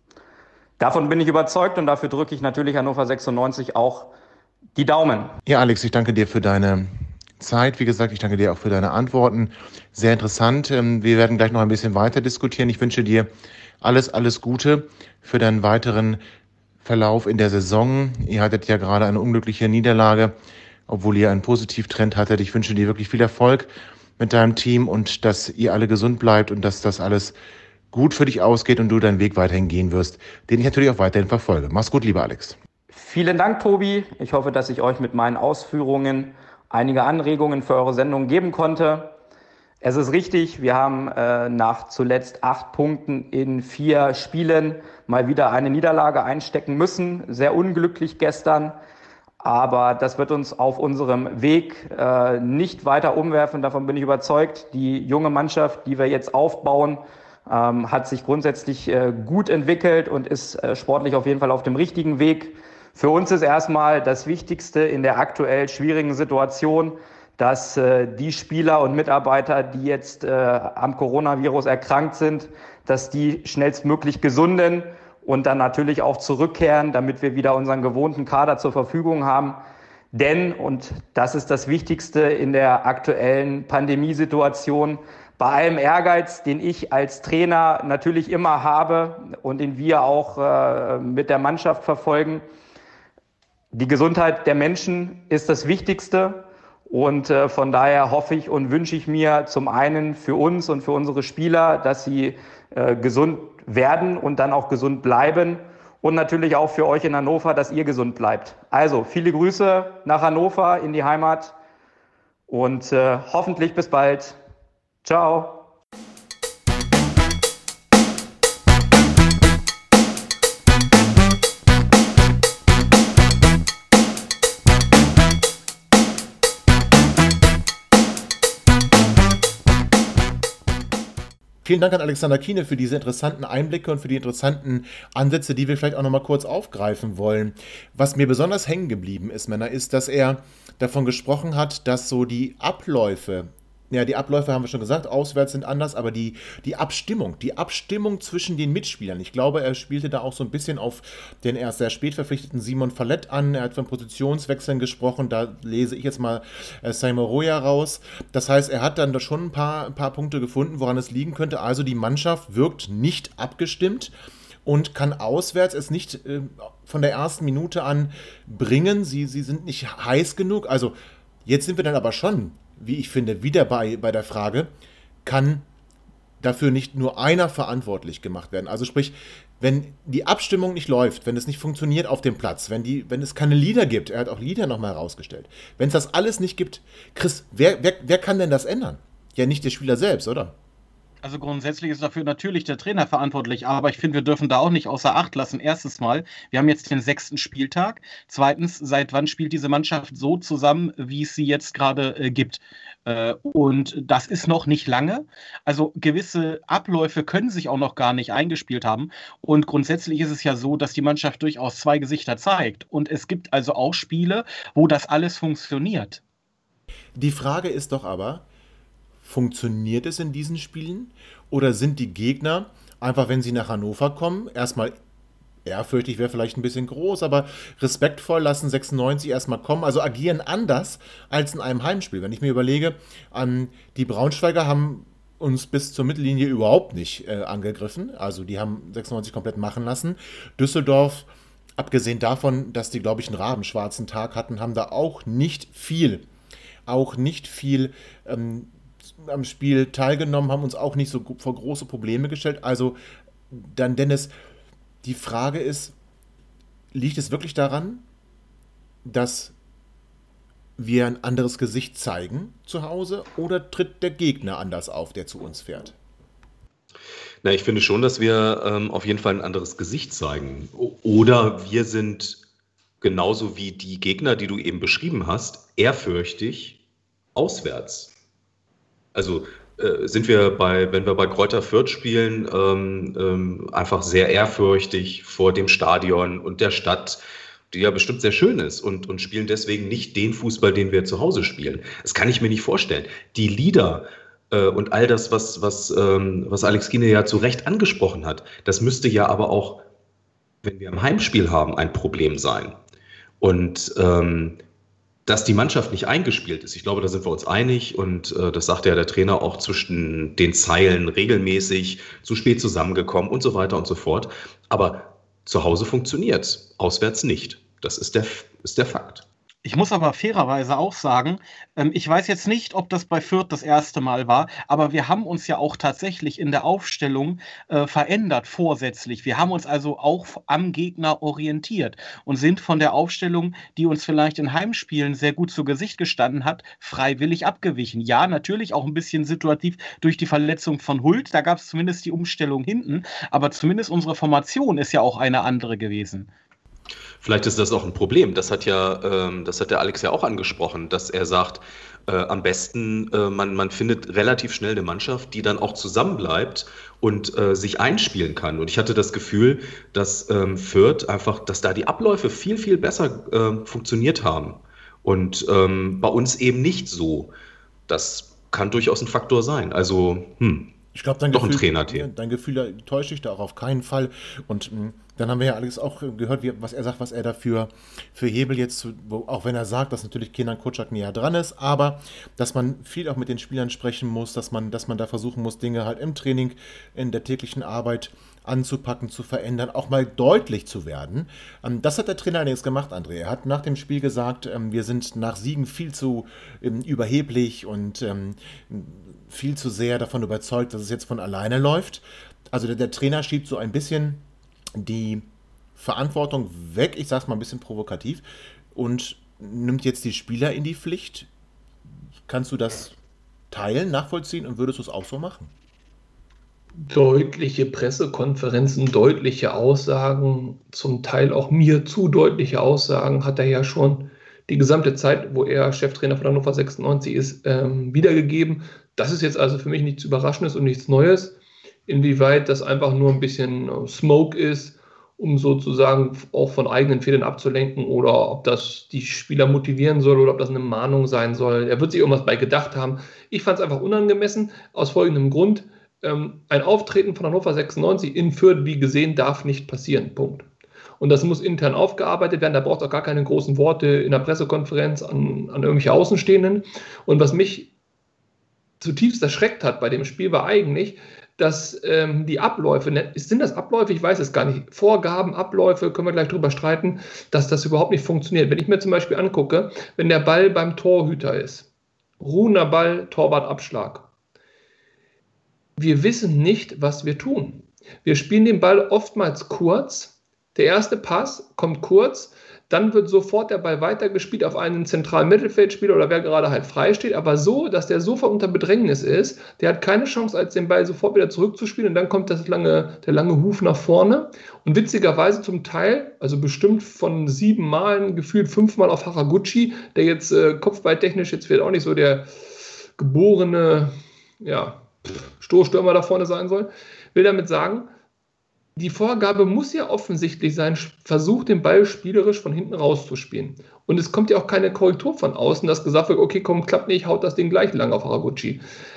Davon bin ich überzeugt und dafür drücke ich natürlich Hannover 96 auch die Daumen. Ja, Alex, ich danke dir für deine Zeit. Wie gesagt, ich danke dir auch für deine Antworten. Sehr interessant. Wir werden gleich noch ein bisschen weiter diskutieren. Ich wünsche dir alles Gute für deinen weiteren Verlauf in der Saison. Ihr hattet ja gerade eine unglückliche Niederlage, obwohl ihr einen Positivtrend hattet. Ich wünsche dir wirklich viel Erfolg mit deinem Team und dass ihr alle gesund bleibt und dass das alles gut für dich ausgeht und du deinen Weg weiterhin gehen wirst, den ich natürlich auch weiterhin verfolge. Mach's gut, lieber Alex. Vielen Dank, Tobi. Ich hoffe, dass ich euch mit meinen Ausführungen einige Anregungen für eure Sendung geben konnte. Es ist richtig, wir haben nach zuletzt 8 Punkten in 4 Spielen mal wieder eine Niederlage einstecken müssen. Sehr unglücklich gestern, aber das wird uns auf unserem Weg nicht weiter umwerfen. Davon bin ich überzeugt. Die junge Mannschaft, die wir jetzt aufbauen, hat sich grundsätzlich gut entwickelt und ist sportlich auf jeden Fall auf dem richtigen Weg. Für uns ist erstmal das Wichtigste in der aktuell schwierigen Situation, dass die Spieler und Mitarbeiter, die jetzt am Coronavirus erkrankt sind, dass die schnellstmöglich gesunden und dann natürlich auch zurückkehren, damit wir wieder unseren gewohnten Kader zur Verfügung haben. Denn, und das ist das Wichtigste in der aktuellen Pandemiesituation, bei allem Ehrgeiz, den ich als Trainer natürlich immer habe und den wir auch mit der Mannschaft verfolgen, die Gesundheit der Menschen ist das Wichtigste. Und von daher hoffe ich und wünsche ich mir zum einen für uns und für unsere Spieler, dass sie gesund werden und dann auch gesund bleiben. Und natürlich auch für euch in Hannover, dass ihr gesund bleibt. Also viele Grüße nach Hannover in die Heimat und hoffentlich bis bald. Ciao. Vielen Dank an Alexander Kiene für diese interessanten Einblicke und für die interessanten Ansätze, die wir vielleicht auch nochmal kurz aufgreifen wollen. Was mir besonders hängen geblieben ist, Männer, ist, dass er davon gesprochen hat, dass so die Abläufe haben wir schon gesagt, auswärts sind anders, aber die Abstimmung zwischen den Mitspielern, ich glaube, er spielte da auch so ein bisschen auf den erst sehr spät verpflichteten Simon Fallett an, er hat von Positionswechseln gesprochen, da lese ich jetzt mal Simon Roya raus, das heißt, er hat dann da schon ein paar Punkte gefunden, woran es liegen könnte, also die Mannschaft wirkt nicht abgestimmt und kann auswärts es nicht von der ersten Minute an bringen, sie sind nicht heiß genug, also jetzt sind wir dann aber schon, wie ich finde, wieder bei der Frage, kann dafür nicht nur einer verantwortlich gemacht werden. Also sprich, wenn die Abstimmung nicht läuft, wenn es nicht funktioniert auf dem Platz, wenn es keine Leader gibt, er hat auch Leader nochmal herausgestellt, wenn es das alles nicht gibt, Chris, wer kann denn das ändern? Ja, nicht der Spieler selbst, oder? Also grundsätzlich ist dafür natürlich der Trainer verantwortlich, aber ich finde, wir dürfen da auch nicht außer Acht lassen. Erstens mal, wir haben jetzt den 6. Spieltag. Zweitens, seit wann spielt diese Mannschaft so zusammen, wie es sie jetzt gerade gibt? Und das ist noch nicht lange. Also gewisse Abläufe können sich auch noch gar nicht eingespielt haben. Und grundsätzlich ist es ja so, dass die Mannschaft durchaus zwei Gesichter zeigt. Und es gibt also auch Spiele, wo das alles funktioniert. Die Frage ist doch aber, funktioniert es in diesen Spielen? Oder sind die Gegner einfach, wenn sie nach Hannover kommen, erstmal ehrfürchtig, wäre vielleicht ein bisschen groß, aber respektvoll, lassen 96 erstmal kommen, also agieren anders als in einem Heimspiel. Wenn ich mir überlege, die Braunschweiger haben uns bis zur Mittellinie überhaupt nicht angegriffen, also die haben 96 komplett machen lassen. Düsseldorf, abgesehen davon, dass die, glaube ich, einen rabenschwarzen Tag hatten, haben da auch nicht viel am Spiel teilgenommen, haben uns auch nicht so vor große Probleme gestellt. Also dann, Dennis, die Frage ist, liegt es wirklich daran, dass wir ein anderes Gesicht zeigen zu Hause oder tritt der Gegner anders auf, der zu uns fährt? Na, ich finde schon, dass wir auf jeden Fall ein anderes Gesicht zeigen. Oder wir sind genauso wie die Gegner, die du eben beschrieben hast, ehrfürchtig auswärts. Also sind wir wenn wir bei Greuther Fürth spielen, einfach sehr ehrfürchtig vor dem Stadion und der Stadt, die ja bestimmt sehr schön ist und spielen deswegen nicht den Fußball, den wir zu Hause spielen. Das kann ich mir nicht vorstellen. Die Lieder und all das, was Alex Kiene ja zu Recht angesprochen hat, das müsste ja aber auch, wenn wir ein Heimspiel haben, ein Problem sein. Und dass die Mannschaft nicht eingespielt ist, ich glaube, da sind wir uns einig und das sagte ja der Trainer auch zwischen den Zeilen regelmäßig, zu spät zusammengekommen und so weiter und so fort. Aber zu Hause funktioniert es, auswärts nicht. Das ist der Fakt. Ich muss aber fairerweise auch sagen, ich weiß jetzt nicht, ob das bei Fürth das erste Mal war, aber wir haben uns ja auch tatsächlich in der Aufstellung verändert vorsätzlich. Wir haben uns also auch am Gegner orientiert und sind von der Aufstellung, die uns vielleicht in Heimspielen sehr gut zu Gesicht gestanden hat, freiwillig abgewichen. Ja, natürlich auch ein bisschen situativ durch die Verletzung von Hult, da gab es zumindest die Umstellung hinten, aber zumindest unsere Formation ist ja auch eine andere gewesen. Vielleicht ist das auch ein Problem. Das hat der Alex ja auch angesprochen, dass er sagt, am besten, man findet relativ schnell eine Mannschaft, die dann auch zusammenbleibt und sich einspielen kann. Und ich hatte das Gefühl, dass Fürth einfach, dass da die Abläufe viel, viel besser funktioniert haben. Und bei uns eben nicht so. Das kann durchaus ein Faktor sein. Also, Ich glaube, doch ein Trainerteam. Dein Gefühl täuscht dich da auch auf keinen Fall. Und dann haben wir ja Alex auch gehört, was er sagt, was er dafür für Hebel jetzt, auch wenn er sagt, dass natürlich Kenan Kutschak näher dran ist, aber dass man viel auch mit den Spielern sprechen muss, dass man da versuchen muss, Dinge halt im Training, in der täglichen Arbeit anzupacken, zu verändern, auch mal deutlich zu werden. Das hat der Trainer allerdings gemacht, André. Er hat nach dem Spiel gesagt, wir sind nach Siegen viel zu überheblich und viel zu sehr davon überzeugt, dass es jetzt von alleine läuft. Also der Trainer schiebt so ein bisschen die Verantwortung weg, ich sage es mal ein bisschen provokativ, und nimmt jetzt die Spieler in die Pflicht. Kannst du das teilen, nachvollziehen und würdest du es auch so machen? Deutliche Pressekonferenzen, deutliche Aussagen, zum Teil auch mir zu deutliche Aussagen hat er ja schon die gesamte Zeit, wo er Cheftrainer von Hannover 96 ist, wiedergegeben. Das ist jetzt also für mich nichts Überraschendes und nichts Neues. Inwieweit das einfach nur ein bisschen Smoke ist, um sozusagen auch von eigenen Fehlern abzulenken oder ob das die Spieler motivieren soll oder ob das eine Mahnung sein soll. Er wird sich irgendwas bei gedacht haben. Ich fand es einfach unangemessen, aus folgendem Grund. Ein Auftreten von Hannover 96 in Fürth, wie gesehen, darf nicht passieren. Punkt. Und das muss intern aufgearbeitet werden. Da braucht es auch gar keine großen Worte in der Pressekonferenz an irgendwelche Außenstehenden. Und was mich zutiefst erschreckt hat bei dem Spiel, war eigentlich, dass die Abläufe, sind das Abläufe? Ich weiß es gar nicht. Vorgaben, Abläufe, können wir gleich drüber streiten, dass das überhaupt nicht funktioniert. Wenn ich mir zum Beispiel angucke, wenn der Ball beim Torhüter ist, ruhender Ball, Torwartabschlag. Wir wissen nicht, was wir tun. Wir spielen den Ball oftmals kurz. Der erste Pass kommt kurz, dann wird sofort der Ball weitergespielt auf einen zentralen Mittelfeldspieler oder wer gerade halt frei steht, aber so, dass der sofort unter Bedrängnis ist, der hat keine Chance, als den Ball sofort wieder zurückzuspielen und dann kommt der lange Huf nach vorne und witzigerweise zum Teil, also bestimmt von 7 Malen, gefühlt 5 Mal auf Haraguchi, der jetzt kopfballtechnisch jetzt vielleicht auch nicht so der geborene Stoßstürmer da vorne sein soll, will damit sagen, die Vorgabe muss ja offensichtlich sein, versucht den Ball spielerisch von hinten rauszuspielen. Und es kommt ja auch keine Korrektur von außen, dass gesagt wird, okay, komm, klappt nicht, haut das Ding gleich lang auf Haraguchi.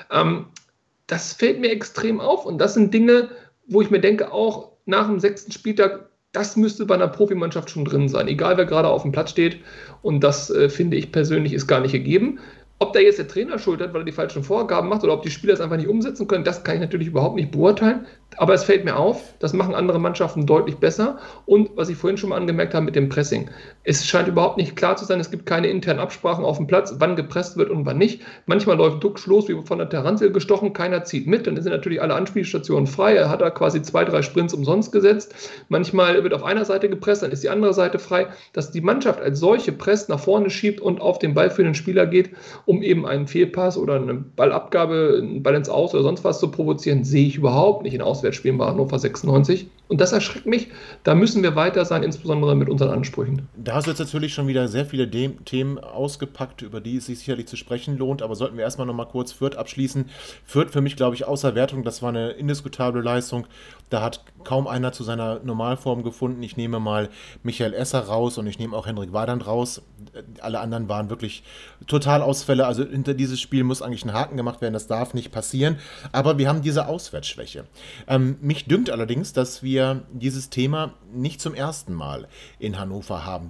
Das fällt mir extrem auf und das sind Dinge, wo ich mir denke, auch nach dem 6. Spieltag, das müsste bei einer Profimannschaft schon drin sein, egal wer gerade auf dem Platz steht. Und das finde ich persönlich ist gar nicht gegeben. Ob da jetzt der Trainer schuld hat, weil er die falschen Vorgaben macht oder ob die Spieler es einfach nicht umsetzen können, das kann ich natürlich überhaupt nicht beurteilen. Aber es fällt mir auf, das machen andere Mannschaften deutlich besser. Und was ich vorhin schon mal angemerkt habe mit dem Pressing. Es scheint überhaupt nicht klar zu sein, es gibt keine internen Absprachen auf dem Platz, wann gepresst wird und wann nicht. Manchmal läuft Duxch los, wie von der Tarantel gestochen, keiner zieht mit, dann sind natürlich alle Anspielstationen frei. Er hat da quasi 2, 3 Sprints umsonst gesetzt. Manchmal wird auf einer Seite gepresst, dann ist die andere Seite frei. Dass die Mannschaft als solche presst, nach vorne schiebt und auf den ballführenden Spieler geht, um eben einen Fehlpass oder eine Ballabgabe, einen Ball ins Aus oder sonst was zu provozieren, sehe ich überhaupt nicht in Auswärtsspielen bei Hannover 96. Und das erschreckt mich. Da müssen wir weiter sein, insbesondere mit unseren Ansprüchen. Da hast du jetzt natürlich schon wieder sehr viele Themen ausgepackt, über die es sich sicherlich zu sprechen lohnt. Aber sollten wir erstmal noch mal kurz Fürth abschließen. Fürth für mich, glaube ich, außer Wertung. Das war eine indiskutable Leistung. Da hat kaum einer zu seiner Normalform gefunden. Ich nehme mal Michael Esser raus und ich nehme auch Henrik Wadand raus. Alle anderen waren wirklich Totalausfälle. Also hinter dieses Spiel muss eigentlich ein Haken gemacht werden. Das darf nicht passieren. Aber wir haben diese Auswärtsschwäche. Mich dünkt allerdings, dass wir dieses Thema nicht zum ersten Mal in Hannover haben.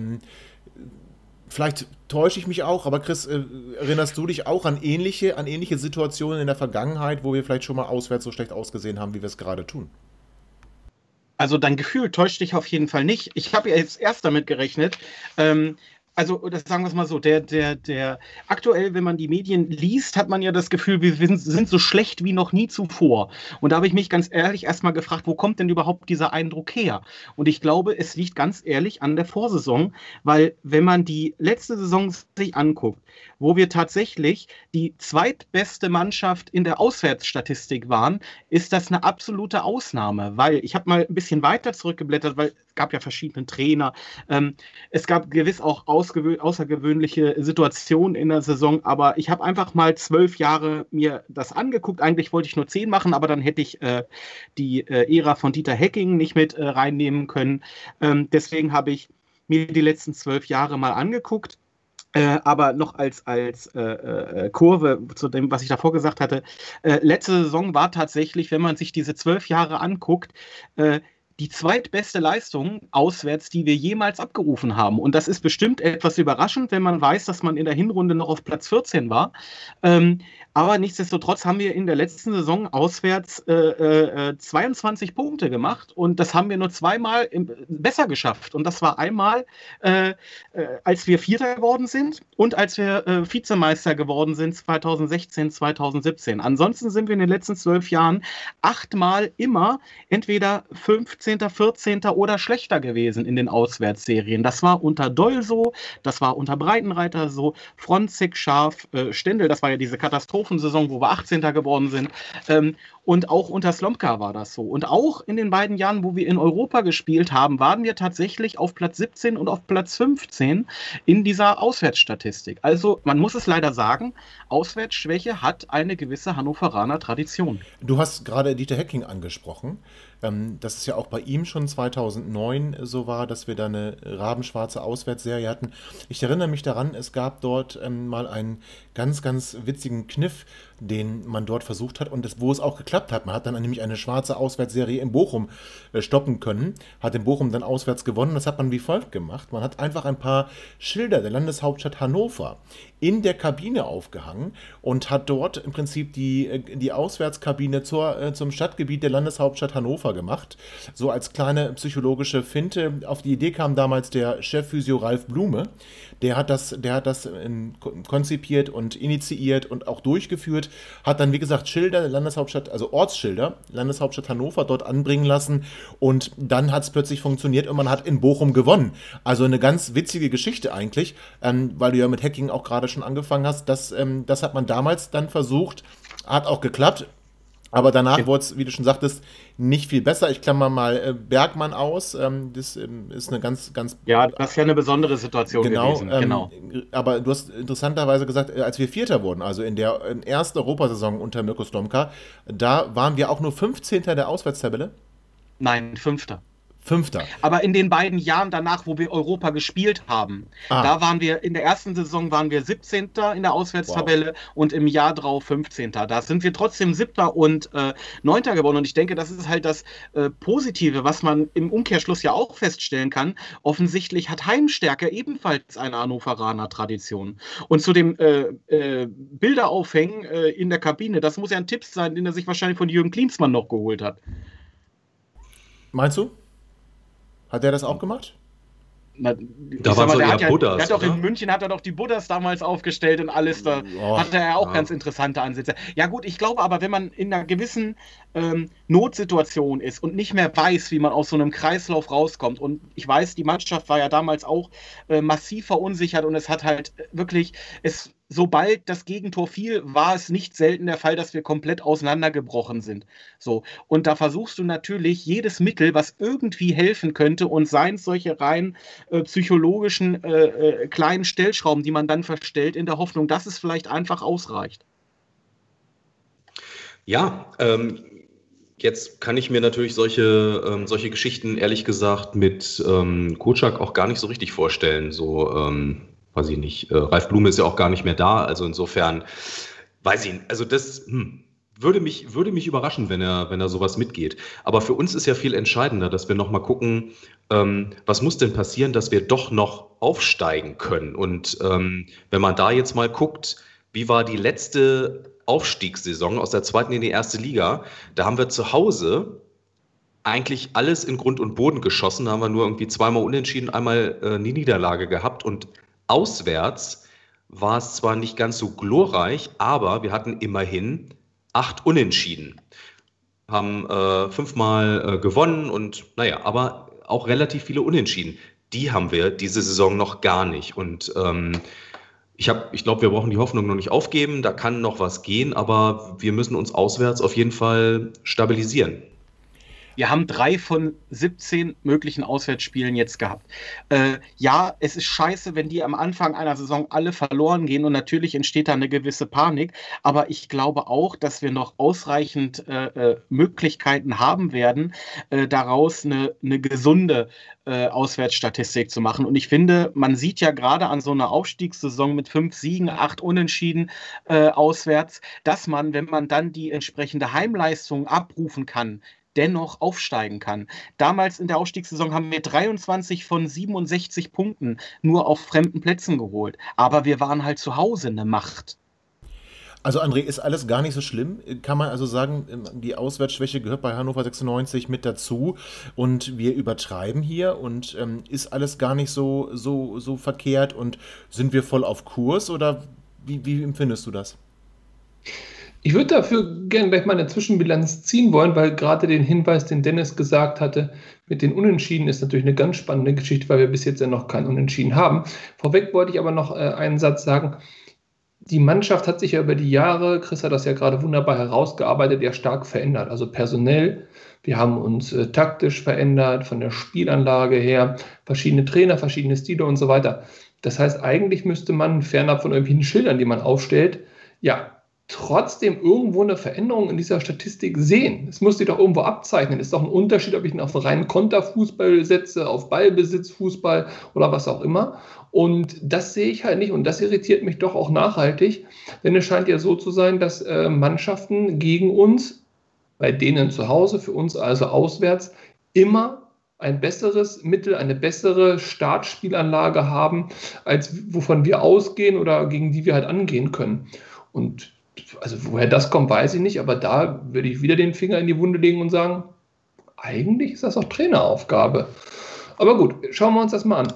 Vielleicht täusche ich mich auch, aber Chris, erinnerst du dich auch an ähnliche Situationen in der Vergangenheit, wo wir vielleicht schon mal auswärts so schlecht ausgesehen haben, wie wir es gerade tun? Also dein Gefühl täuscht dich auf jeden Fall nicht. Ich habe ja jetzt erst damit gerechnet, also das sagen wir es mal so, der aktuell, wenn man die Medien liest, hat man ja das Gefühl, wir sind so schlecht wie noch nie zuvor. Und da habe ich mich ganz ehrlich erstmal gefragt, wo kommt denn überhaupt dieser Eindruck her? Und ich glaube, es liegt ganz ehrlich an der Vorsaison, weil wenn man die letzte Saison sich anguckt, wo wir tatsächlich die zweitbeste Mannschaft in der Auswärtsstatistik waren, ist das eine absolute Ausnahme, weil ich habe mal ein bisschen weiter zurückgeblättert, weil es gab ja verschiedene Trainer, es gab gewiss auch außergewöhnliche Situationen in der Saison, aber ich habe einfach mal 12 Jahre mir das angeguckt. Eigentlich wollte ich nur 10 machen, aber dann hätte ich die Ära von Dieter Hecking nicht mit reinnehmen können. Deswegen habe ich mir die letzten 12 Jahre mal angeguckt. Aber noch als Kurve zu dem, was ich davor gesagt hatte, letzte Saison war tatsächlich, wenn man sich diese 12 Jahre anguckt, die zweitbeste Leistung auswärts, die wir jemals abgerufen haben. Und das ist bestimmt etwas überraschend, wenn man weiß, dass man in der Hinrunde noch auf Platz 14 war. Aber nichtsdestotrotz haben wir in der letzten Saison auswärts 22 Punkte gemacht und das haben wir nur 2-mal besser geschafft. Und das war einmal, als wir Vierter geworden sind und als wir Vizemeister geworden sind 2016, 2017. Ansonsten sind wir in den letzten 12 Jahren 8-mal immer entweder 15., 14. oder schlechter gewesen in den Auswärtsserien. Das war unter Doll so, das war unter Breitenreiter so, Fronzek, Scharf, Stendel, das war ja diese Katastrophensaison, wo wir 18. geworden sind. Und auch unter Slomka war das so. Und auch in den beiden Jahren, wo wir in Europa gespielt haben, waren wir tatsächlich auf Platz 17 und auf Platz 15 in dieser Auswärtsstatistik. Also man muss es leider sagen, Auswärtsschwäche hat eine gewisse Hannoveraner Tradition. Du hast gerade Dieter Hecking angesprochen. Dass es ja auch bei ihm schon 2009 so war, dass wir da eine rabenschwarze Auswärtsserie hatten. Ich erinnere mich daran, es gab dort mal einen ganz, ganz witzigen Kniff, den man dort versucht hat und wo es auch geklappt hat. Man hat dann nämlich eine schwarze Auswärtsserie in Bochum stoppen können, hat in Bochum dann auswärts gewonnen. Das hat man wie folgt gemacht. Man hat einfach ein paar Schilder der Landeshauptstadt Hannover in der Kabine aufgehangen und hat dort im Prinzip die Auswärtskabine zum Stadtgebiet der Landeshauptstadt Hannover gemacht. So als kleine psychologische Finte. Auf die Idee kam damals der Chefphysio Ralf Blume. Der hat das konzipiert und initiiert und auch durchgeführt. Hat dann, wie gesagt, Schilder der Landeshauptstadt, also so Ortsschilder, Landeshauptstadt Hannover, dort anbringen lassen und dann hat es plötzlich funktioniert und man hat in Bochum gewonnen. Also eine ganz witzige Geschichte eigentlich, weil du ja mit Hacking auch gerade schon angefangen hast. Das hat man damals dann versucht, hat auch geklappt. Aber danach wurde es, wie du schon sagtest, nicht viel besser. Ich klammer mal Bergmann aus. Das ist eine ganz... Ja, das ist ja eine besondere Situation gewesen. Genau. Aber du hast interessanterweise gesagt, als wir Vierter wurden, also in der ersten Europasaison unter Mirko Slomka, da waren wir auch nur 15. der Auswärtstabelle. Nein, 5. Fünfter. Aber in den beiden Jahren danach, wo wir Europa gespielt haben, da waren wir, in der ersten Saison waren wir 17. in der Auswärtstabelle und im Jahr drauf 15. Da sind wir trotzdem 7. und 9. geworden. Und ich denke, das ist halt das Positive, was man im Umkehrschluss ja auch feststellen kann. Offensichtlich hat Heimstärke ebenfalls eine Hannoveraner Tradition. Und zu dem Bilder aufhängen in der Kabine, das muss ja ein Tipp sein, den er sich wahrscheinlich von Jürgen Klinsmann noch geholt hat. Meinst du? Hat der das auch gemacht? Da waren so eher Buddhas, der hat doch in München hat er doch die Buddhas damals aufgestellt und alles, da hatte er ja auch ganz interessante Ansätze. Ja gut, ich glaube aber, wenn man in einer gewissen Notsituation ist und nicht mehr weiß, wie man aus so einem Kreislauf rauskommt, und ich weiß, die Mannschaft war ja damals auch massiv verunsichert und es hat halt wirklich, sobald das Gegentor fiel, war es nicht selten der Fall, dass wir komplett auseinandergebrochen sind. So. Und da versuchst du natürlich jedes Mittel, was irgendwie helfen könnte, und seien es solche rein psychologischen kleinen Stellschrauben, die man dann verstellt, in der Hoffnung, dass es vielleicht einfach ausreicht. Ja, jetzt kann ich mir natürlich solche Geschichten, ehrlich gesagt, mit Kocak auch gar nicht so richtig vorstellen. So, weiß ich nicht, Ralf Blume ist ja auch gar nicht mehr da, also insofern, weiß ich nicht, also das würde mich überraschen, wenn er sowas mitgeht. Aber für uns ist ja viel entscheidender, dass wir nochmal gucken, was muss denn passieren, dass wir doch noch aufsteigen können. Und wenn man da jetzt mal guckt, wie war die letzte Aufstiegssaison aus der 2. in die 1. Liga, da haben wir zu Hause eigentlich alles in Grund und Boden geschossen, da haben wir nur irgendwie zweimal unentschieden, einmal eine Niederlage gehabt, und auswärts war es zwar nicht ganz so glorreich, aber wir hatten immerhin 8 Unentschieden, haben 5-mal gewonnen und naja, aber auch relativ viele Unentschieden. Die haben wir diese Saison noch gar nicht. Und ich glaube, wir brauchen die Hoffnung noch nicht aufgeben, da kann noch was gehen, aber wir müssen uns auswärts auf jeden Fall stabilisieren. Wir haben 3 von 17 möglichen Auswärtsspielen jetzt gehabt. Ja, es ist scheiße, wenn die am Anfang einer Saison alle verloren gehen, und natürlich entsteht da eine gewisse Panik. Aber ich glaube auch, dass wir noch ausreichend Möglichkeiten haben werden, daraus eine gesunde Auswärtsstatistik zu machen. Und ich finde, man sieht ja gerade an so einer Aufstiegssaison mit 5 Siegen, 8 Unentschieden auswärts, dass man, wenn man dann die entsprechende Heimleistung abrufen kann, dennoch aufsteigen kann. Damals in der Aufstiegssaison haben wir 23 von 67 Punkten nur auf fremden Plätzen geholt. Aber wir waren halt zu Hause eine Macht. Also André, ist alles gar nicht so schlimm? Kann man also sagen, die Auswärtsschwäche gehört bei Hannover 96 mit dazu und wir übertreiben hier und ist alles gar nicht so verkehrt und sind wir voll auf Kurs, oder wie empfindest du das? Ich würde dafür gerne gleich mal eine Zwischenbilanz ziehen wollen, weil gerade den Hinweis, den Dennis gesagt hatte, mit den Unentschieden ist natürlich eine ganz spannende Geschichte, weil wir bis jetzt ja noch kein Unentschieden haben. Vorweg wollte ich aber noch einen Satz sagen. Die Mannschaft hat sich ja über die Jahre, Chris hat das ja gerade wunderbar herausgearbeitet, ja stark verändert. Also personell, wir haben uns taktisch verändert, von der Spielanlage her, verschiedene Trainer, verschiedene Stile und so weiter. Das heißt, eigentlich müsste man, fernab von irgendwelchen Schildern, die man aufstellt, ja, trotzdem irgendwo eine Veränderung in dieser Statistik sehen. Es muss sich doch irgendwo abzeichnen. Es ist doch ein Unterschied, ob ich ihn auf reinen Konterfußball setze, auf Ballbesitzfußball oder was auch immer. Und das sehe ich halt nicht, und das irritiert mich doch auch nachhaltig, denn es scheint ja so zu sein, dass Mannschaften gegen uns, bei denen zu Hause, für uns also auswärts, immer ein besseres Mittel, eine bessere Startspielanlage haben, als wovon wir ausgehen oder gegen die wir halt angehen können. Und also woher das kommt, weiß ich nicht, aber da würde ich wieder den Finger in die Wunde legen und sagen, eigentlich ist das auch Traineraufgabe. Aber gut, schauen wir uns das mal an.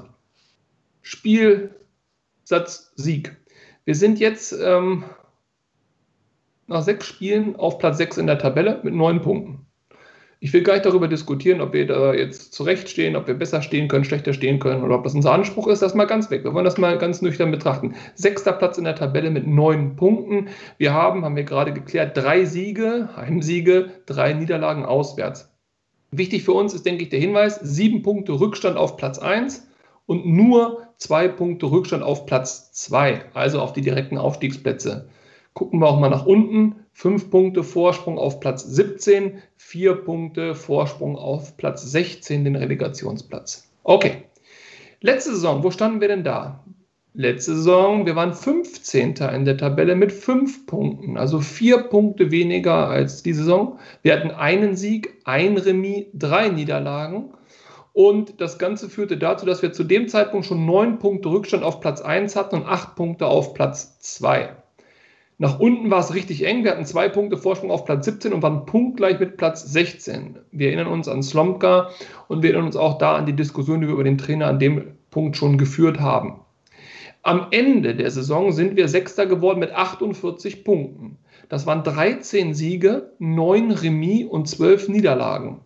Spiel, Satz, Sieg. Wir sind jetzt nach 6 Spielen auf Platz 6 in der Tabelle mit 9 Punkten. Ich will gar nicht darüber diskutieren, ob wir da jetzt zurechtstehen, ob wir besser stehen können, schlechter stehen können oder ob das unser Anspruch ist, das mal ganz weg. Wir wollen das mal ganz nüchtern betrachten. 6. Platz in der Tabelle mit 9 Punkten. Wir haben wir gerade geklärt, 3 Siege, Heimsiege, 3 Niederlagen auswärts. Wichtig für uns ist, denke ich, der Hinweis, 7 Punkte Rückstand auf Platz 1 und nur 2 Punkte Rückstand auf Platz 2, also auf die direkten Aufstiegsplätze. Gucken wir auch mal nach unten. 5 Punkte Vorsprung auf Platz 17, 4 Punkte Vorsprung auf Platz 16, den Relegationsplatz. Okay, letzte Saison, wo standen wir denn da? Letzte Saison, wir waren 15. in der Tabelle mit 5 Punkten, also 4 Punkte weniger als die Saison. Wir hatten einen Sieg, ein Remis, 3 Niederlagen. Und das Ganze führte dazu, dass wir zu dem Zeitpunkt schon 9 Punkte Rückstand auf Platz 1 hatten und 8 Punkte auf Platz 2. Nach unten war es richtig eng. Wir hatten 2 Punkte Vorsprung auf Platz 17 und waren punktgleich mit Platz 16. Wir erinnern uns an Slomka und wir erinnern uns auch da an die Diskussion, die wir über den Trainer an dem Punkt schon geführt haben. Am Ende der Saison sind wir Sechster geworden mit 48 Punkten. Das waren 13 Siege, 9 Remis und 12 Niederlagen.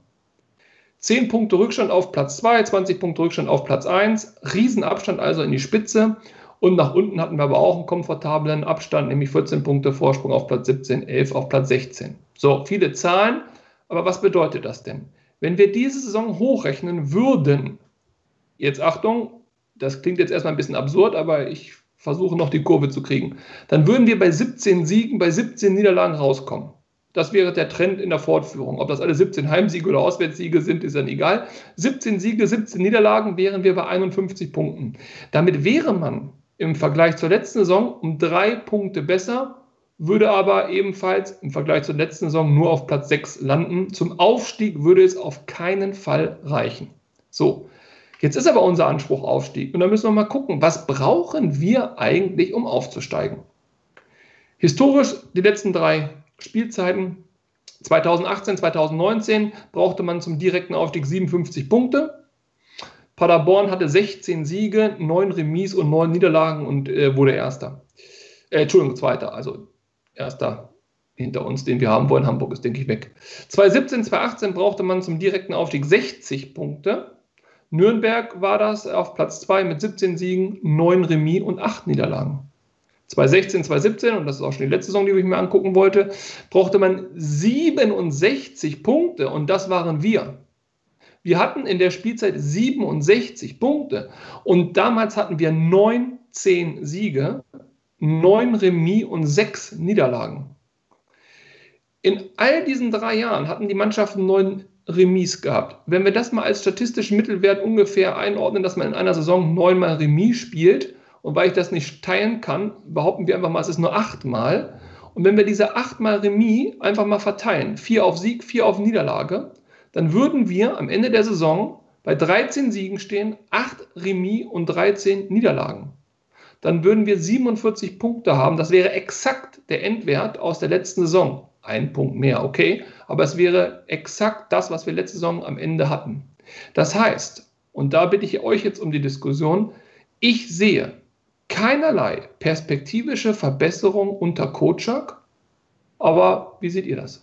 10 Punkte Rückstand auf Platz 2, 20 Punkte Rückstand auf Platz 1. Riesenabstand also in die Spitze. Und nach unten hatten wir aber auch einen komfortablen Abstand, nämlich 14 Punkte Vorsprung auf Platz 17, 11 auf Platz 16. So, viele Zahlen, aber was bedeutet das denn? Wenn wir diese Saison hochrechnen würden, jetzt Achtung, das klingt jetzt erstmal ein bisschen absurd, aber ich versuche noch die Kurve zu kriegen, dann würden wir bei 17 Siegen, bei 17 Niederlagen rauskommen. Das wäre der Trend in der Fortführung. Ob das alle 17 Heimsiege oder Auswärtssiege sind, ist dann egal. 17 Siege, 17 Niederlagen wären wir bei 51 Punkten. Damit wäre man im Vergleich zur letzten Saison um 3 Punkte besser, würde aber ebenfalls im Vergleich zur letzten Saison nur auf Platz 6 landen. Zum Aufstieg würde es auf keinen Fall reichen. So, jetzt ist aber unser Anspruch Aufstieg. Und da müssen wir mal gucken, was brauchen wir eigentlich, um aufzusteigen? Historisch die letzten 3 Spielzeiten, 2018, 2019 brauchte man zum direkten Aufstieg 57 Punkte. Paderborn hatte 16 Siege, 9 Remis und 9 Niederlagen und wurde Erster. Zweiter, also Erster hinter uns, den wir haben wollen. Hamburg ist, denke ich, weg. 2017, 2018 brauchte man zum direkten Aufstieg 60 Punkte. Nürnberg war das auf Platz 2 mit 17 Siegen, 9 Remis und 8 Niederlagen. 2016, 2017, und das ist auch schon die letzte Saison, die ich mir angucken wollte, brauchte man 67 Punkte und das waren wir. Wir hatten in der Spielzeit 67 Punkte und damals hatten wir 19 Siege, 9 Remis und 6 Niederlagen. In all diesen 3 Jahren hatten die Mannschaften 9 Remis gehabt. Wenn wir das mal als statistischen Mittelwert ungefähr einordnen, dass man in einer Saison 9-mal Remis spielt, und weil ich das nicht teilen kann, behaupten wir einfach mal, es ist nur 8-mal. Und wenn wir diese 8-mal Remis einfach mal verteilen, 4 auf Sieg, 4 auf Niederlage, dann würden wir am Ende der Saison bei 13 Siegen stehen, 8 Remis und 13 Niederlagen. Dann würden wir 47 Punkte haben. Das wäre exakt der Endwert aus der letzten Saison. 1 Punkt mehr, okay, aber es wäre exakt das, was wir letzte Saison am Ende hatten. Das heißt, und da bitte ich euch jetzt um die Diskussion, ich sehe keinerlei perspektivische Verbesserung unter Kočák, aber wie seht ihr das?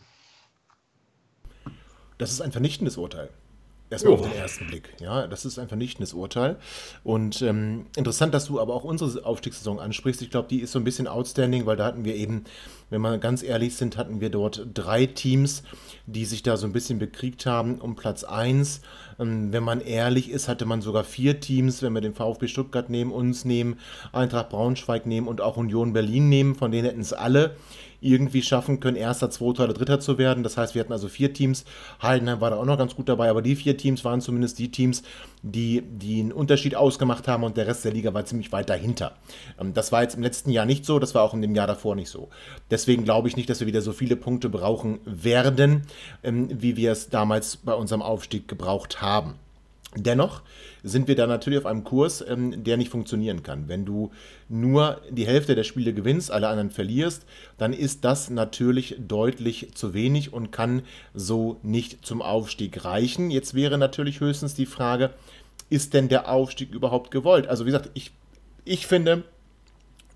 Das ist ein vernichtendes Urteil. Erstmal auf den ersten Blick. Ja, das ist ein vernichtendes Urteil. Und interessant, dass du aber auch unsere Aufstiegssaison ansprichst. Ich glaube, die ist so ein bisschen outstanding, weil da hatten wir eben, wenn wir ganz ehrlich sind, hatten wir dort 3 Teams, die sich da so ein bisschen bekriegt haben um Platz 1. Wenn man ehrlich ist, hatte man sogar 4 Teams, wenn wir den VfB Stuttgart nehmen, uns nehmen, Eintracht Braunschweig nehmen und auch Union Berlin nehmen. Von denen hätten es alle irgendwie schaffen können, Erster, Zweiter oder Dritter zu werden. Das heißt, wir hatten also 4 Teams. Heidenheim war da auch noch ganz gut dabei, aber die 4 Teams waren zumindest die Teams, die einen Unterschied ausgemacht haben und der Rest der Liga war ziemlich weit dahinter. Das war jetzt im letzten Jahr nicht so, das war auch in dem Jahr davor nicht so. Deswegen glaube ich nicht, dass wir wieder so viele Punkte brauchen werden, wie wir es damals bei unserem Aufstieg gebraucht haben. Dennoch sind wir da natürlich auf einem Kurs, der nicht funktionieren kann. Wenn du nur die Hälfte der Spiele gewinnst, alle anderen verlierst, dann ist das natürlich deutlich zu wenig und kann so nicht zum Aufstieg reichen. Jetzt wäre natürlich höchstens die Frage, ist denn der Aufstieg überhaupt gewollt? Also wie gesagt, ich finde,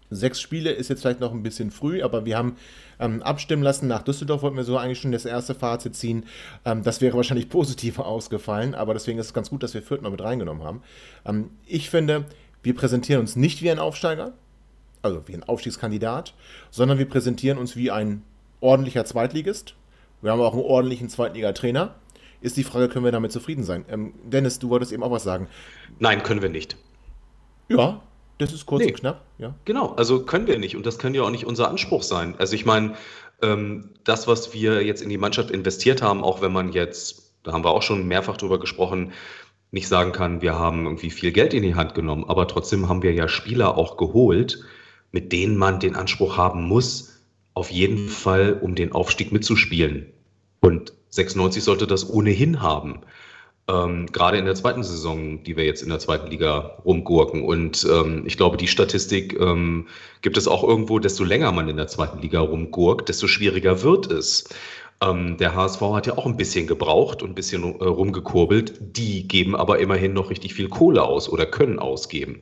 6 Spiele ist jetzt vielleicht noch ein bisschen früh, aber wir haben abstimmen lassen. Nach Düsseldorf wollten wir so eigentlich schon das erste Fazit ziehen. Das wäre wahrscheinlich positiver ausgefallen, aber deswegen ist es ganz gut, dass wir Fürth noch mit reingenommen haben. Ich finde, wir präsentieren uns nicht wie ein Aufsteiger, also wie ein Aufstiegskandidat, sondern wir präsentieren uns wie ein ordentlicher Zweitligist. Wir haben auch einen ordentlichen Zweitligatrainer. Ist die Frage, können wir damit zufrieden sein? Dennis, du wolltest eben auch was sagen. Nein, können wir nicht. Ja, das ist kurz Nee. und knapp. Ja. Genau, also können wir nicht und das kann ja auch nicht unser Anspruch sein. Also ich meine, das, was wir jetzt in die Mannschaft investiert haben, auch wenn man jetzt, da haben wir auch schon mehrfach drüber gesprochen, nicht sagen kann, wir haben irgendwie viel Geld in die Hand genommen, aber trotzdem haben wir ja Spieler auch geholt, mit denen man den Anspruch haben muss, auf jeden Fall um den Aufstieg mitzuspielen. Und 96 sollte das ohnehin haben. Gerade in der zweiten Saison, die wir jetzt in der zweiten Liga rumgurken. Und ich glaube, die Statistik gibt es auch irgendwo, desto länger man in der zweiten Liga rumgurkt, desto schwieriger wird es. Der HSV hat ja auch ein bisschen gebraucht und ein bisschen rumgekurbelt. Die geben aber immerhin noch richtig viel Kohle aus oder können ausgeben.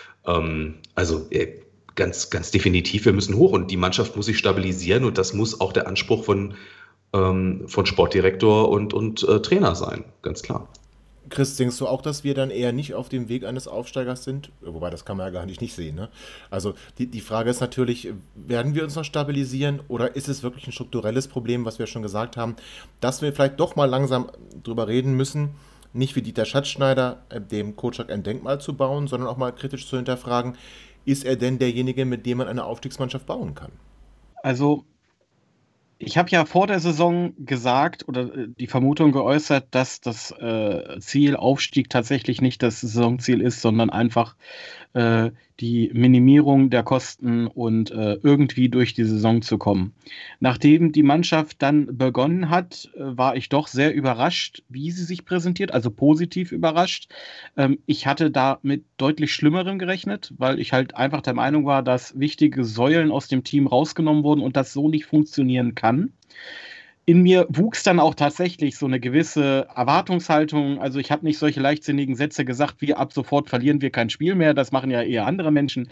Ganz, ganz definitiv, wir müssen hoch und die Mannschaft muss sich stabilisieren und das muss auch der Anspruch von Sportdirektor und Trainer sein, ganz klar. Chris, denkst du auch, dass wir dann eher nicht auf dem Weg eines Aufsteigers sind? Wobei, das kann man ja gar nicht sehen. Ne? Also die Frage ist natürlich, werden wir uns noch stabilisieren oder ist es wirklich ein strukturelles Problem, was wir schon gesagt haben, dass wir vielleicht doch mal langsam drüber reden müssen, nicht wie Dieter Schatzschneider, dem Kotschak ein Denkmal zu bauen, sondern auch mal kritisch zu hinterfragen, ist er denn derjenige, mit dem man eine Aufstiegsmannschaft bauen kann? Also, ich habe ja vor der Saison gesagt oder die Vermutung geäußert, dass das Ziel Aufstieg tatsächlich nicht das Saisonziel ist, sondern einfach die Minimierung der Kosten und irgendwie durch die Saison zu kommen. Nachdem die Mannschaft dann begonnen hat, war ich doch sehr überrascht, wie sie sich präsentiert, also positiv überrascht. Ich hatte da mit deutlich Schlimmerem gerechnet, weil ich halt einfach der Meinung war, dass wichtige Säulen aus dem Team rausgenommen wurden und das so nicht funktionieren kann. In mir wuchs dann auch tatsächlich so eine gewisse Erwartungshaltung. Also ich habe nicht solche leichtsinnigen Sätze gesagt, wie ab sofort verlieren wir kein Spiel mehr. Das machen ja eher andere Menschen.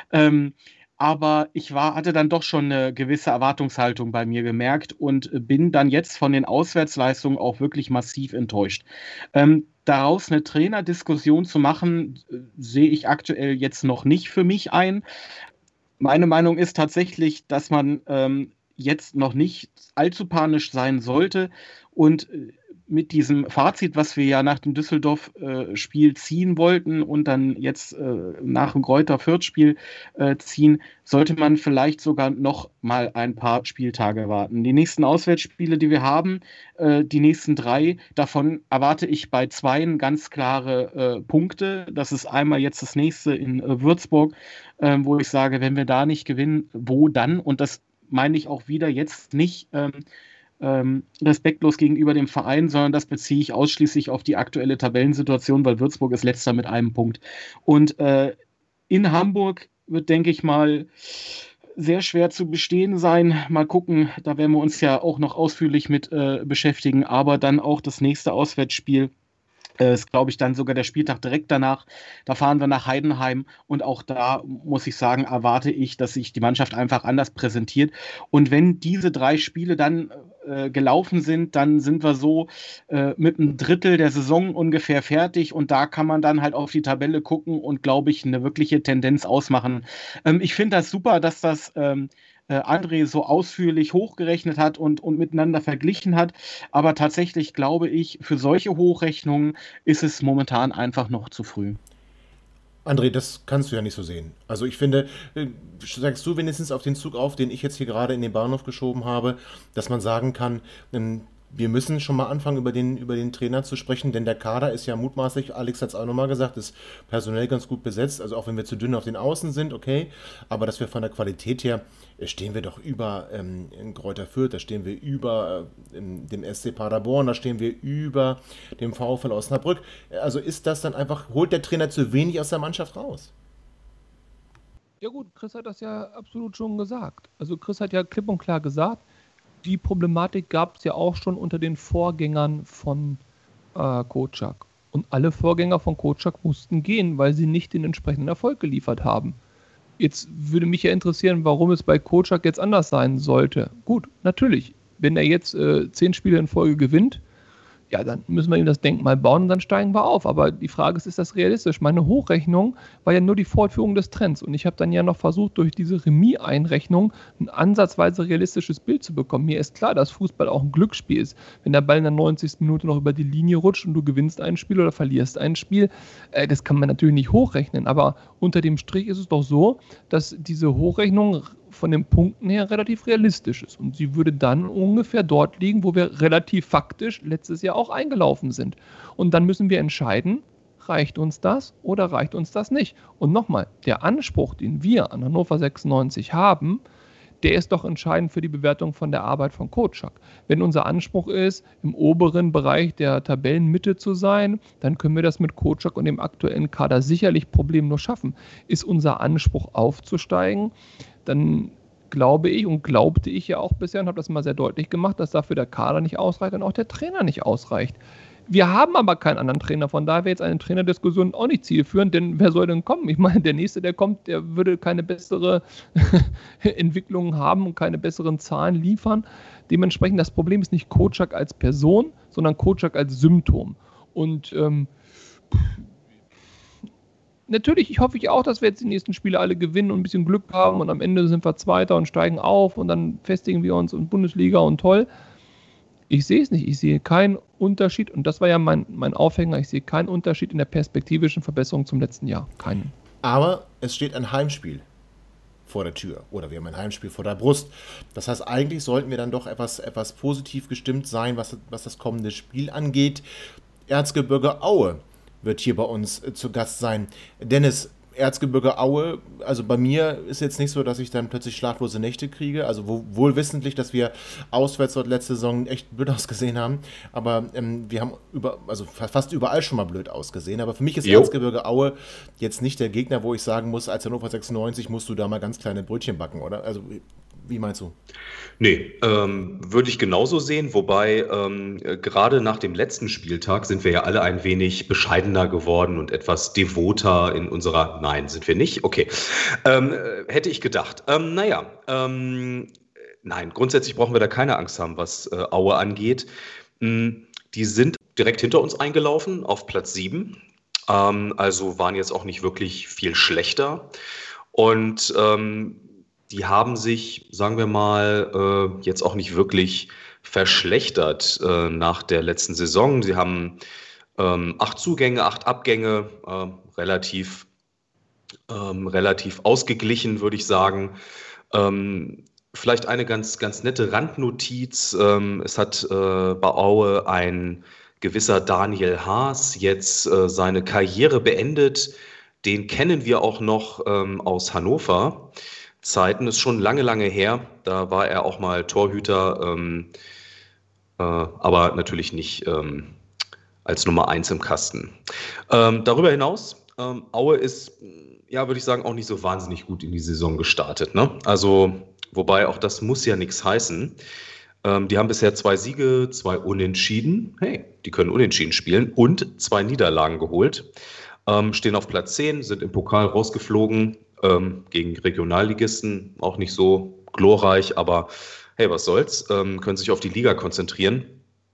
Aber ich hatte dann doch schon eine gewisse Erwartungshaltung bei mir gemerkt und bin dann jetzt von den Auswärtsleistungen auch wirklich massiv enttäuscht. Daraus eine Trainerdiskussion zu machen, sehe ich aktuell jetzt noch nicht für mich ein. Meine Meinung ist tatsächlich, dass man jetzt noch nicht allzu panisch sein sollte und mit diesem Fazit, was wir ja nach dem Düsseldorf-Spiel ziehen wollten und dann jetzt nach dem Greuther-Fürth-Spiel ziehen, sollte man vielleicht sogar noch mal ein paar Spieltage warten. Die nächsten Auswärtsspiele, die wir haben, die nächsten 3, davon erwarte ich bei 2 ganz klare Punkte. Das ist einmal jetzt das nächste in Würzburg, wo ich sage, wenn wir da nicht gewinnen, wo dann? Und das meine ich auch wieder jetzt nicht respektlos gegenüber dem Verein, sondern das beziehe ich ausschließlich auf die aktuelle Tabellensituation, weil Würzburg ist letzter mit einem Punkt. Und in Hamburg wird, denke ich mal, sehr schwer zu bestehen sein. Mal gucken, da werden wir uns ja auch noch ausführlich mit beschäftigen, aber dann auch das nächste Auswärtsspiel ist, glaube ich, dann sogar der Spieltag direkt danach. Da fahren wir nach Heidenheim und auch da, muss ich sagen, erwarte ich, dass sich die Mannschaft einfach anders präsentiert. Und wenn diese 3 Spiele dann gelaufen sind, dann sind wir so mit einem Drittel der Saison ungefähr fertig und da kann man dann halt auf die Tabelle gucken und, glaube ich, eine wirkliche Tendenz ausmachen. Ich finde das super, dass das André so ausführlich hochgerechnet hat und miteinander verglichen hat. Aber tatsächlich glaube ich, für solche Hochrechnungen ist es momentan einfach noch zu früh. André, das kannst du ja nicht so sehen. Also ich finde, sagst du wenigstens auf den Zug auf, den ich jetzt hier gerade in den Bahnhof geschoben habe, dass man sagen kann, wir müssen schon mal anfangen, über den Trainer zu sprechen, denn der Kader ist ja mutmaßlich, Alex hat es auch nochmal gesagt, ist personell ganz gut besetzt, also auch wenn wir zu dünn auf den Außen sind, okay, aber dass wir von der Qualität her, stehen wir doch über in Greuther Fürth, da stehen wir über dem SC Paderborn, da stehen wir über dem VfL Osnabrück, also ist das dann einfach, holt der Trainer zu wenig aus der Mannschaft raus? Ja gut, Chris hat das ja absolut schon gesagt. Also Chris hat ja klipp und klar gesagt, die Problematik gab es ja auch schon unter den Vorgängern von Kotschak. Und alle Vorgänger von Kotschak mussten gehen, weil sie nicht den entsprechenden Erfolg geliefert haben. Jetzt würde mich ja interessieren, warum es bei Kocak jetzt anders sein sollte. Gut, natürlich, wenn er jetzt 10 Spiele in Folge gewinnt, ja, dann müssen wir ihm das Denkmal bauen und dann steigen wir auf. Aber die Frage ist das realistisch? Meine Hochrechnung war ja nur die Fortführung des Trends. Und ich habe dann ja noch versucht, durch diese Remis-Einrechnung ein ansatzweise realistisches Bild zu bekommen. Mir ist klar, dass Fußball auch ein Glücksspiel ist. Wenn der Ball in der 90. Minute noch über die Linie rutscht und du gewinnst ein Spiel oder verlierst ein Spiel, das kann man natürlich nicht hochrechnen. Aber unter dem Strich ist es doch so, dass diese Hochrechnung von den Punkten her relativ realistisch ist. Und sie würde dann ungefähr dort liegen, wo wir relativ faktisch letztes Jahr auch eingelaufen sind. Und dann müssen wir entscheiden, reicht uns das oder reicht uns das nicht? Und nochmal, der Anspruch, den wir an Hannover 96 haben, der ist doch entscheidend für die Bewertung von der Arbeit von Kocak. Wenn unser Anspruch ist, im oberen Bereich der Tabellenmitte zu sein, dann können wir das mit Kocak und dem aktuellen Kader sicherlich problemlos schaffen. Ist unser Anspruch aufzusteigen, dann glaube ich und glaubte ich ja auch bisher und habe das mal sehr deutlich gemacht, dass dafür der Kader nicht ausreicht und auch der Trainer nicht ausreicht. Wir haben aber keinen anderen Trainer, von daher wäre jetzt eine Trainerdiskussion auch nicht zielführend, denn wer soll denn kommen? Ich meine, der Nächste, der kommt, der würde keine bessere Entwicklung haben und keine besseren Zahlen liefern. Dementsprechend, das Problem ist nicht Kocak als Person, sondern Kocak als Symptom. Und natürlich, ich hoffe auch, dass wir jetzt die nächsten Spiele alle gewinnen und ein bisschen Glück haben und am Ende sind wir Zweiter und steigen auf und dann festigen wir uns in Bundesliga und toll. Ich sehe es nicht. Ich sehe keinen Unterschied und das war ja mein Aufhänger. Ich sehe keinen Unterschied in der perspektivischen Verbesserung zum letzten Jahr. Keinen. Aber es steht ein Heimspiel vor der Tür oder wir haben ein Heimspiel vor der Brust. Das heißt, eigentlich sollten wir dann doch etwas positiv gestimmt sein, was das kommende Spiel angeht. Erzgebirge Aue wird hier bei uns zu Gast sein. Dennis, Erzgebirge Aue, also bei mir ist jetzt nicht so, dass ich dann plötzlich schlaflose Nächte kriege, also wohl wissentlich, dass wir auswärts dort letzte Saison echt blöd ausgesehen haben, aber wir haben fast überall schon mal blöd ausgesehen, aber für mich ist Erzgebirge Aue jetzt nicht der Gegner, wo ich sagen muss, als Hannover 96 musst du da mal ganz kleine Brötchen backen, oder? Also wie meinst du? Nee, würde ich genauso sehen, wobei gerade nach dem letzten Spieltag sind wir ja alle ein wenig bescheidener geworden und etwas devoter in unserer, nein, sind wir nicht, okay, hätte ich gedacht. Nein, grundsätzlich brauchen wir da keine Angst haben, was Aue angeht. Die sind direkt hinter uns eingelaufen auf Platz 7, also waren jetzt auch nicht wirklich viel schlechter und die haben sich, sagen wir mal, jetzt auch nicht wirklich verschlechtert nach der letzten Saison. Sie haben 8 Zugänge, 8 Abgänge, relativ ausgeglichen, würde ich sagen. Vielleicht eine ganz, ganz nette Randnotiz. Es hat bei Aue ein gewisser Daniel Haas jetzt seine Karriere beendet. Den kennen wir auch noch aus Hannover. Zeiten, ist schon lange, lange her. Da war er auch mal Torhüter, aber natürlich nicht als Nummer 1 im Kasten. Darüber hinaus, Aue ist, ja, würde ich sagen, auch nicht so wahnsinnig gut in die Saison gestartet, ne? Also, wobei auch das muss ja nichts heißen. Die haben bisher 2 Siege, 2 Unentschieden. Hey, die können unentschieden spielen und 2 Niederlagen geholt. Stehen auf Platz 10, sind im Pokal rausgeflogen. Gegen Regionalligisten, auch nicht so glorreich, aber hey, was soll's, können sich auf die Liga konzentrieren.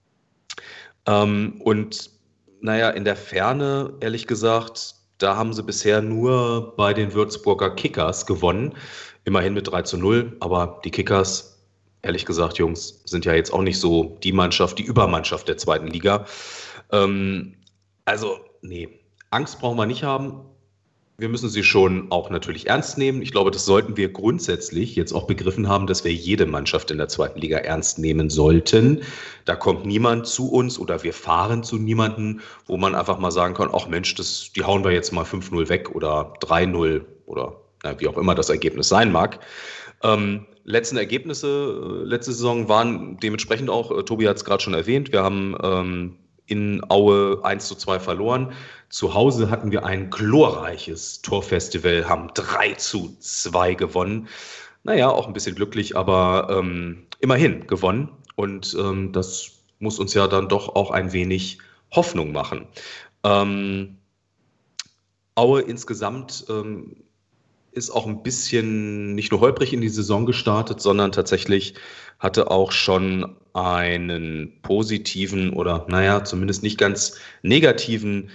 Und naja, in der Ferne, ehrlich gesagt, da haben sie bisher nur bei den Würzburger Kickers gewonnen, immerhin mit 3:0, aber die Kickers, ehrlich gesagt, Jungs, sind ja jetzt auch nicht so die Mannschaft, die Übermannschaft der 2. Liga. Also, nee, Angst brauchen wir nicht haben. Wir müssen sie schon auch natürlich ernst nehmen. Ich glaube, das sollten wir grundsätzlich jetzt auch begriffen haben, dass wir jede Mannschaft in der 2. Liga ernst nehmen sollten. Da kommt niemand zu uns oder wir fahren zu niemandem, wo man einfach mal sagen kann, ach Mensch, die hauen wir jetzt mal 5:0 weg oder 3:0 oder wie auch immer das Ergebnis sein mag. Letzten Ergebnisse letzte Saison waren dementsprechend auch, Tobi hat es gerade schon erwähnt, wir haben in Aue 1:2 verloren. Zu Hause hatten wir ein glorreiches Torfestival, haben 3:2 gewonnen. Naja, auch ein bisschen glücklich, aber immerhin gewonnen. Und das muss uns ja dann doch auch ein wenig Hoffnung machen. Aue insgesamt ist auch ein bisschen nicht nur holprig in die Saison gestartet, sondern tatsächlich hatte auch schon einen positiven oder naja, zumindest nicht ganz negativen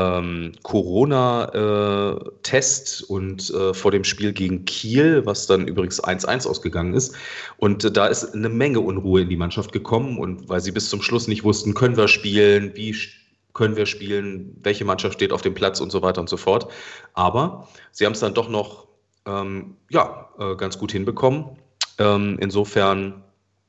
Corona-Test und vor dem Spiel gegen Kiel, was dann übrigens 1-1 ausgegangen ist. Und da ist eine Menge Unruhe in die Mannschaft gekommen und weil sie bis zum Schluss nicht wussten, können wir spielen, können wir spielen, welche Mannschaft steht auf dem Platz und so weiter und so fort. Aber sie haben es dann doch noch ganz gut hinbekommen. Insofern,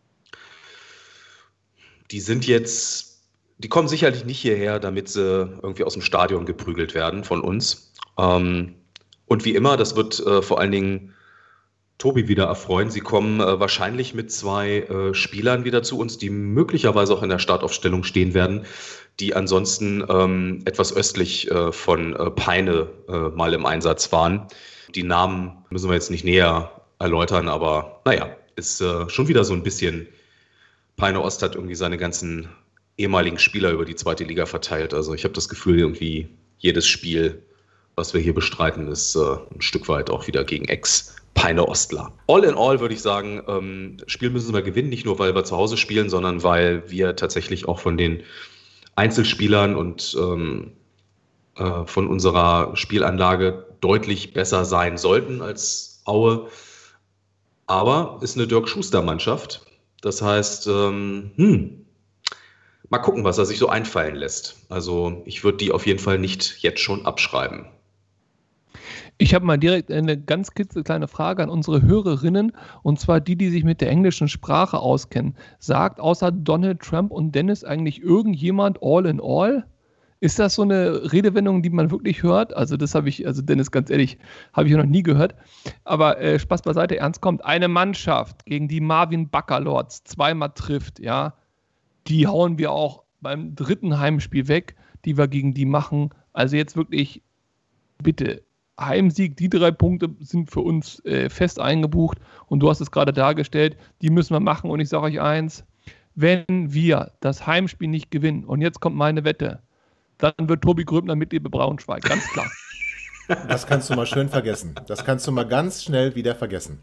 die kommen sicherlich nicht hierher, damit sie irgendwie aus dem Stadion geprügelt werden von uns. Und wie immer, das wird vor allen Dingen Tobi wieder erfreuen. Sie kommen wahrscheinlich mit 2 Spielern wieder zu uns, die möglicherweise auch in der Startaufstellung stehen werden, die ansonsten etwas östlich von Peine mal im Einsatz waren. Die Namen müssen wir jetzt nicht näher erläutern, aber naja, ist schon wieder so ein bisschen. Peine Ost hat irgendwie seine ganzen ehemaligen Spieler über die 2. Liga verteilt. Also ich habe das Gefühl, irgendwie jedes Spiel, was wir hier bestreiten, ist ein Stück weit auch wieder gegen Ex-Peine Ostler. All in all würde ich sagen, Spiel müssen wir gewinnen, nicht nur, weil wir zu Hause spielen, sondern weil wir tatsächlich auch von den Einzelspielern und von unserer Spielanlage deutlich besser sein sollten als Aue. Aber ist eine Dirk-Schuster-Mannschaft. Das heißt, mal gucken, was er sich so einfallen lässt. Also ich würde die auf jeden Fall nicht jetzt schon abschreiben. Ich habe mal direkt eine ganz klitzekleine Frage an unsere Hörerinnen, und zwar die sich mit der englischen Sprache auskennen. Sagt außer Donald Trump und Dennis eigentlich irgendjemand all in all? Ist das so eine Redewendung, die man wirklich hört? Also das habe ich, also Dennis, ganz ehrlich, habe ich noch nie gehört. Aber Spaß beiseite, ernst kommt. Eine Mannschaft, gegen die Marvin Baccalords 2-mal trifft, ja, die hauen wir auch beim 3. Heimspiel weg, die wir gegen die machen. Also jetzt wirklich, bitte, Heimsieg, die 3 Punkte sind für uns fest eingebucht. Und du hast es gerade dargestellt, die müssen wir machen. Und ich sage euch eins, wenn wir das Heimspiel nicht gewinnen, und jetzt kommt meine Wette, dann wird Tobi Gröbner Mitglied bei Braunschweig, ganz klar. Das kannst du mal schön vergessen. Das kannst du mal ganz schnell wieder vergessen.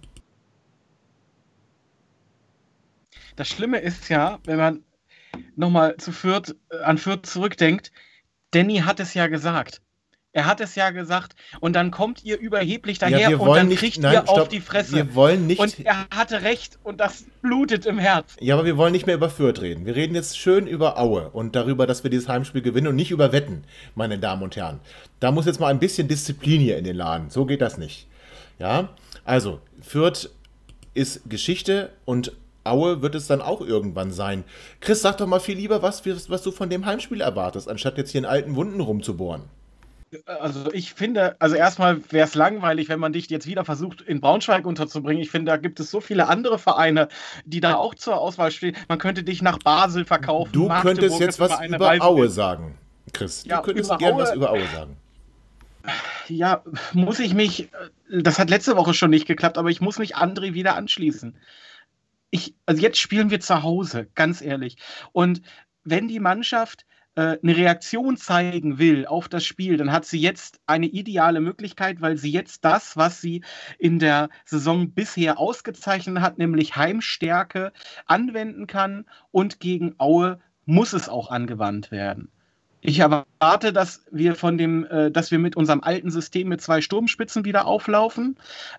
Das Schlimme ist ja, wenn man nochmal an Fürth zurückdenkt, Danny hat es ja gesagt. Er hat es ja gesagt und dann kommt ihr überheblich daher und dann kriegt ihr auf die Fresse. Wir wollen nicht. Und er hatte recht und das blutet im Herz. Ja, aber wir wollen nicht mehr über Fürth reden. Wir reden jetzt schön über Aue und darüber, dass wir dieses Heimspiel gewinnen und nicht über Wetten, meine Damen und Herren. Da muss jetzt mal ein bisschen Disziplin hier in den Laden. So geht das nicht. Ja, also Fürth ist Geschichte und Aue wird es dann auch irgendwann sein. Chris, sag doch mal viel lieber, was du von dem Heimspiel erwartest, anstatt jetzt hier in alten Wunden rumzubohren. Also ich finde, also erstmal wäre es langweilig, wenn man dich jetzt wieder versucht, in Braunschweig unterzubringen. Ich finde, da gibt es so viele andere Vereine, die da auch zur Auswahl stehen. Man könnte dich nach Basel verkaufen. Du könntest jetzt was über Aue sagen, Chris. Du könntest gerne was über Aue sagen. Ja, das hat letzte Woche schon nicht geklappt, aber ich muss mich André wieder anschließen. Also jetzt spielen wir zu Hause, ganz ehrlich. Und wenn die Mannschaft eine Reaktion zeigen will auf das Spiel, dann hat sie jetzt eine ideale Möglichkeit, weil sie jetzt das, was sie in der Saison bisher ausgezeichnet hat, nämlich Heimstärke, anwenden kann und gegen Aue muss es auch angewandt werden. Ich erwarte, dass wir mit unserem alten System mit 2 Sturmspitzen wieder auflaufen.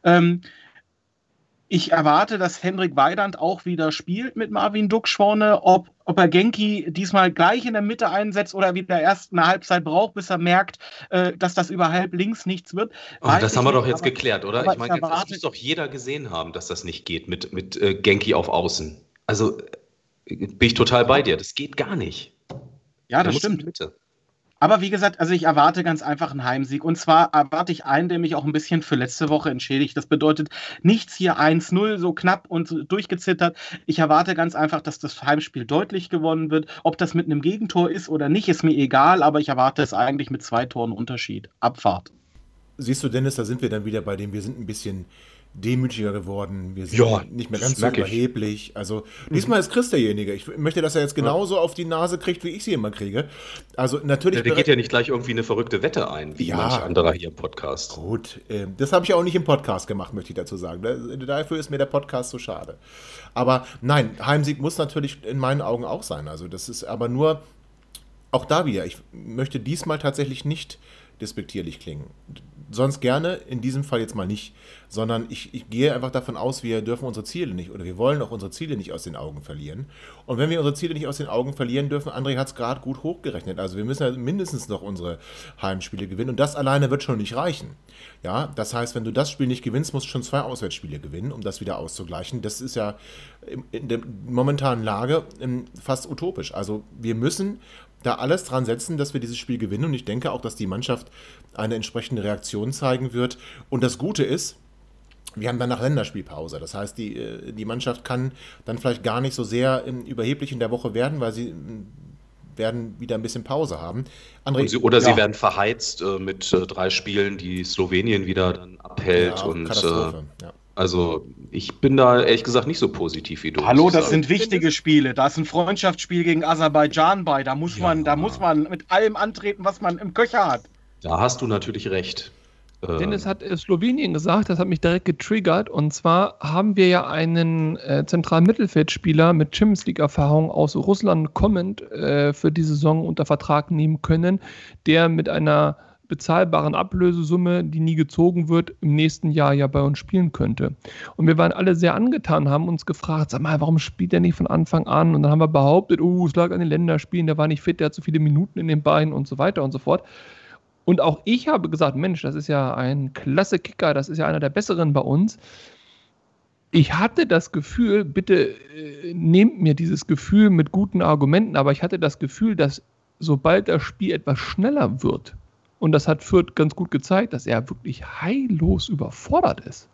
Ich erwarte, dass Hendrik Weidand auch wieder spielt mit Marvin Duksch vorne. Ob er Genki diesmal gleich in der Mitte einsetzt oder wieder erst eine Halbzeit braucht, bis er merkt, dass das über halb links nichts wird. Das haben wir doch jetzt geklärt, oder? Ich meine, das muss doch jeder gesehen haben, dass das nicht geht mit Genki auf Außen. Also bin ich total bei dir. Das geht gar nicht. Ja, das stimmt. Aber wie gesagt, also ich erwarte ganz einfach einen Heimsieg. Und zwar erwarte ich einen, der mich auch ein bisschen für letzte Woche entschädigt. Das bedeutet nichts hier 1-0, so knapp und so durchgezittert. Ich erwarte ganz einfach, dass das Heimspiel deutlich gewonnen wird. Ob das mit einem Gegentor ist oder nicht, ist mir egal. Aber ich erwarte es eigentlich mit 2 Toren Unterschied. Abfahrt. Siehst du, Dennis, da sind wir dann wieder bei dem, wir sind ein bisschen demütiger geworden. Wir sind Ja, nicht mehr das ganz so merk ich. überheblich. Also diesmal ist Chris derjenige. Ich möchte, dass er jetzt genauso auf die Nase kriegt, wie ich sie immer kriege. Also natürlich. Der geht ja nicht gleich irgendwie eine verrückte Wette ein, wie Ja. manch anderer hier im Podcast. Gut, das habe ich auch nicht im Podcast gemacht, möchte ich dazu sagen. Dafür ist mir der Podcast so schade. Aber nein, Heimsieg muss natürlich in meinen Augen auch sein. Also das ist aber nur, auch da wieder, ich möchte diesmal tatsächlich nicht despektierlich klingen. Sonst gerne, in diesem Fall jetzt mal nicht, sondern ich gehe einfach davon aus, wir dürfen unsere Ziele nicht oder wir wollen auch unsere Ziele nicht aus den Augen verlieren. Und wenn wir unsere Ziele nicht aus den Augen verlieren dürfen, André hat es gerade gut hochgerechnet, also wir müssen ja mindestens noch unsere Heimspiele gewinnen und das alleine wird schon nicht reichen. Ja, das heißt, wenn du das Spiel nicht gewinnst, musst du schon 2 Auswärtsspiele gewinnen, um das wieder auszugleichen. Das ist ja in der momentanen Lage fast utopisch. Also wir müssen da alles dran setzen, dass wir dieses Spiel gewinnen und ich denke auch, dass die Mannschaft eine entsprechende Reaktion zeigen wird. Und das Gute ist, wir haben danach Länderspielpause. Das heißt, die Mannschaft kann dann vielleicht gar nicht so sehr überheblich in der Woche werden, weil sie werden wieder ein bisschen Pause haben. André, Sie werden verheizt mit 3 Spielen, die Slowenien wieder dann abhält. ja, Und Katastrophe. Ja. also ich bin da ehrlich gesagt nicht so positiv wie du. Hallo, muss ich das sagen. sind wichtige Spiele. Da ist ein Freundschaftsspiel gegen Aserbaidschan bei. Da muss man mit allem antreten, was man im Köcher hat. Da hast du natürlich recht. Dennis hat Slowenien gesagt, das hat mich direkt getriggert. Und zwar haben wir ja einen zentralen Mittelfeldspieler mit Champions League-Erfahrung aus Russland kommend für die Saison unter Vertrag nehmen können, der mit einer bezahlbaren Ablösesumme, die nie gezogen wird, im nächsten Jahr ja bei uns spielen könnte. Und wir waren alle sehr angetan, haben uns gefragt, sag mal, warum spielt der nicht von Anfang an? Und dann haben wir behauptet, es lag an den Länderspielen, der war nicht fit, der hat so viele Minuten in den Beinen und so weiter und so fort. Und auch ich habe gesagt, Mensch, das ist ja ein klasse Kicker, das ist ja einer der besseren bei uns. Ich hatte das Gefühl, bitte nehmt mir dieses Gefühl mit guten Argumenten, aber ich hatte das Gefühl, dass sobald das Spiel etwas schneller wird, und das hat Fürth ganz gut gezeigt, dass er wirklich heillos überfordert ist.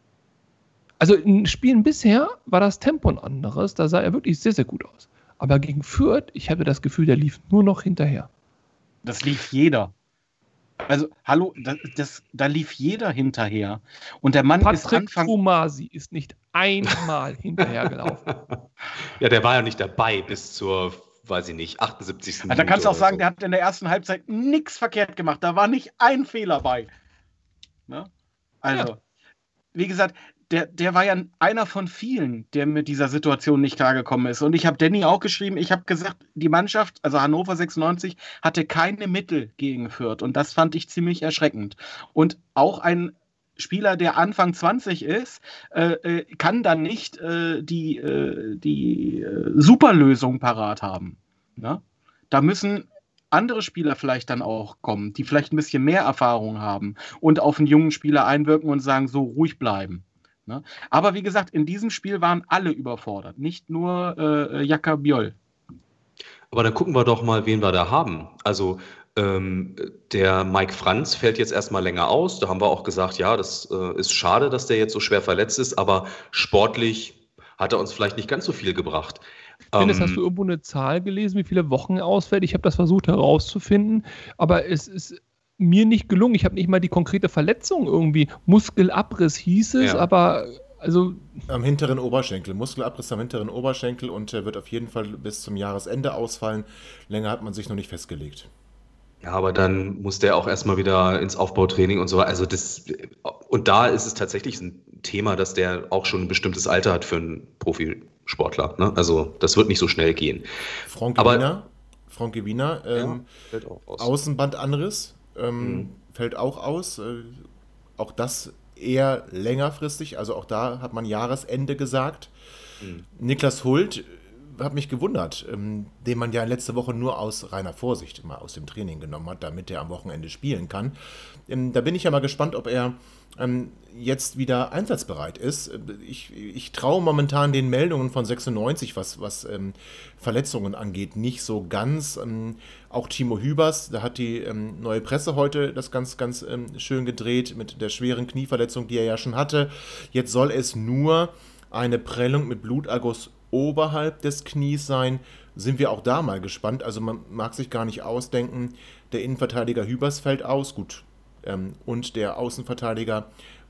Also in Spielen bisher war das Tempo ein anderes, da sah er wirklich sehr, sehr gut aus. Aber gegen Fürth, ich hatte das Gefühl, der lief nur noch hinterher. Das lief jeder. Also, hallo, da lief jeder hinterher. Und der Mann ist Patrick Fumasi ist nicht einmal hinterhergelaufen. Ja, der war ja nicht dabei bis zur, weiß ich nicht, 78. Also, da kannst du auch oder sagen, so. der hat in der ersten Halbzeit nichts verkehrt gemacht. Da war nicht ein Fehler bei. Ne? Also, wie gesagt, der war ja einer von vielen, der mit dieser Situation nicht klargekommen ist. Und ich habe Danny auch geschrieben, ich habe gesagt, die Mannschaft, also Hannover 96, hatte keine Mittel gegen Fürth. Und das fand ich ziemlich erschreckend. Und auch ein Spieler, der Anfang 20 ist, kann dann nicht die Superlösung parat haben. Ne? Da müssen andere Spieler vielleicht dann auch kommen, die vielleicht ein bisschen mehr Erfahrung haben und auf einen jungen Spieler einwirken und sagen, so ruhig bleiben. Ne? Aber wie gesagt, in diesem Spiel waren alle überfordert, nicht nur Jaka Bjöll. Aber dann gucken wir doch mal, wen wir da haben. Also der Mike Franz fällt jetzt erstmal länger aus. Da haben wir auch gesagt, ja, das ist schade, dass der jetzt so schwer verletzt ist, aber sportlich hat er uns vielleicht nicht ganz so viel gebracht. Dennis, hast du irgendwo eine Zahl gelesen, wie viele Wochen er ausfällt? Ich habe das versucht herauszufinden, aber es ist mir nicht gelungen. Ich habe nicht mal die konkrete Verletzung irgendwie. Muskelabriss hieß es, aber also... Am hinteren Oberschenkel. Muskelabriss am hinteren Oberschenkel und wird auf jeden Fall bis zum Jahresende ausfallen. Länger hat man sich noch nicht festgelegt. Ja, aber dann muss der auch erstmal wieder ins Aufbautraining und so. Also und da ist es tatsächlich ein Thema, dass der auch schon ein bestimmtes Alter hat für einen Profisportler. Ne? Also das wird nicht so schnell gehen. Franke Wiener, fällt auch aus. Außenbandanriss fällt auch aus. Auch das eher längerfristig. Also auch da hat man Jahresende gesagt. Niklas Hult hat mich gewundert, den man ja letzte Woche nur aus reiner Vorsicht mal aus dem Training genommen hat, damit er am Wochenende spielen kann. Da bin ich ja mal gespannt, ob er jetzt wieder einsatzbereit ist. Ich traue momentan den Meldungen von 96, was Verletzungen angeht, nicht so ganz. Auch Timo Hübers, da hat die Neue Presse heute das ganz, ganz schön gedreht mit der schweren Knieverletzung, die er ja schon hatte. Jetzt soll es nur eine Prellung mit Bluterguss oberhalb des Knies sein. Sind wir auch da mal gespannt. Also man mag sich gar nicht ausdenken, der Innenverteidiger Hübers fällt aus, gut. Und der Außenverteidiger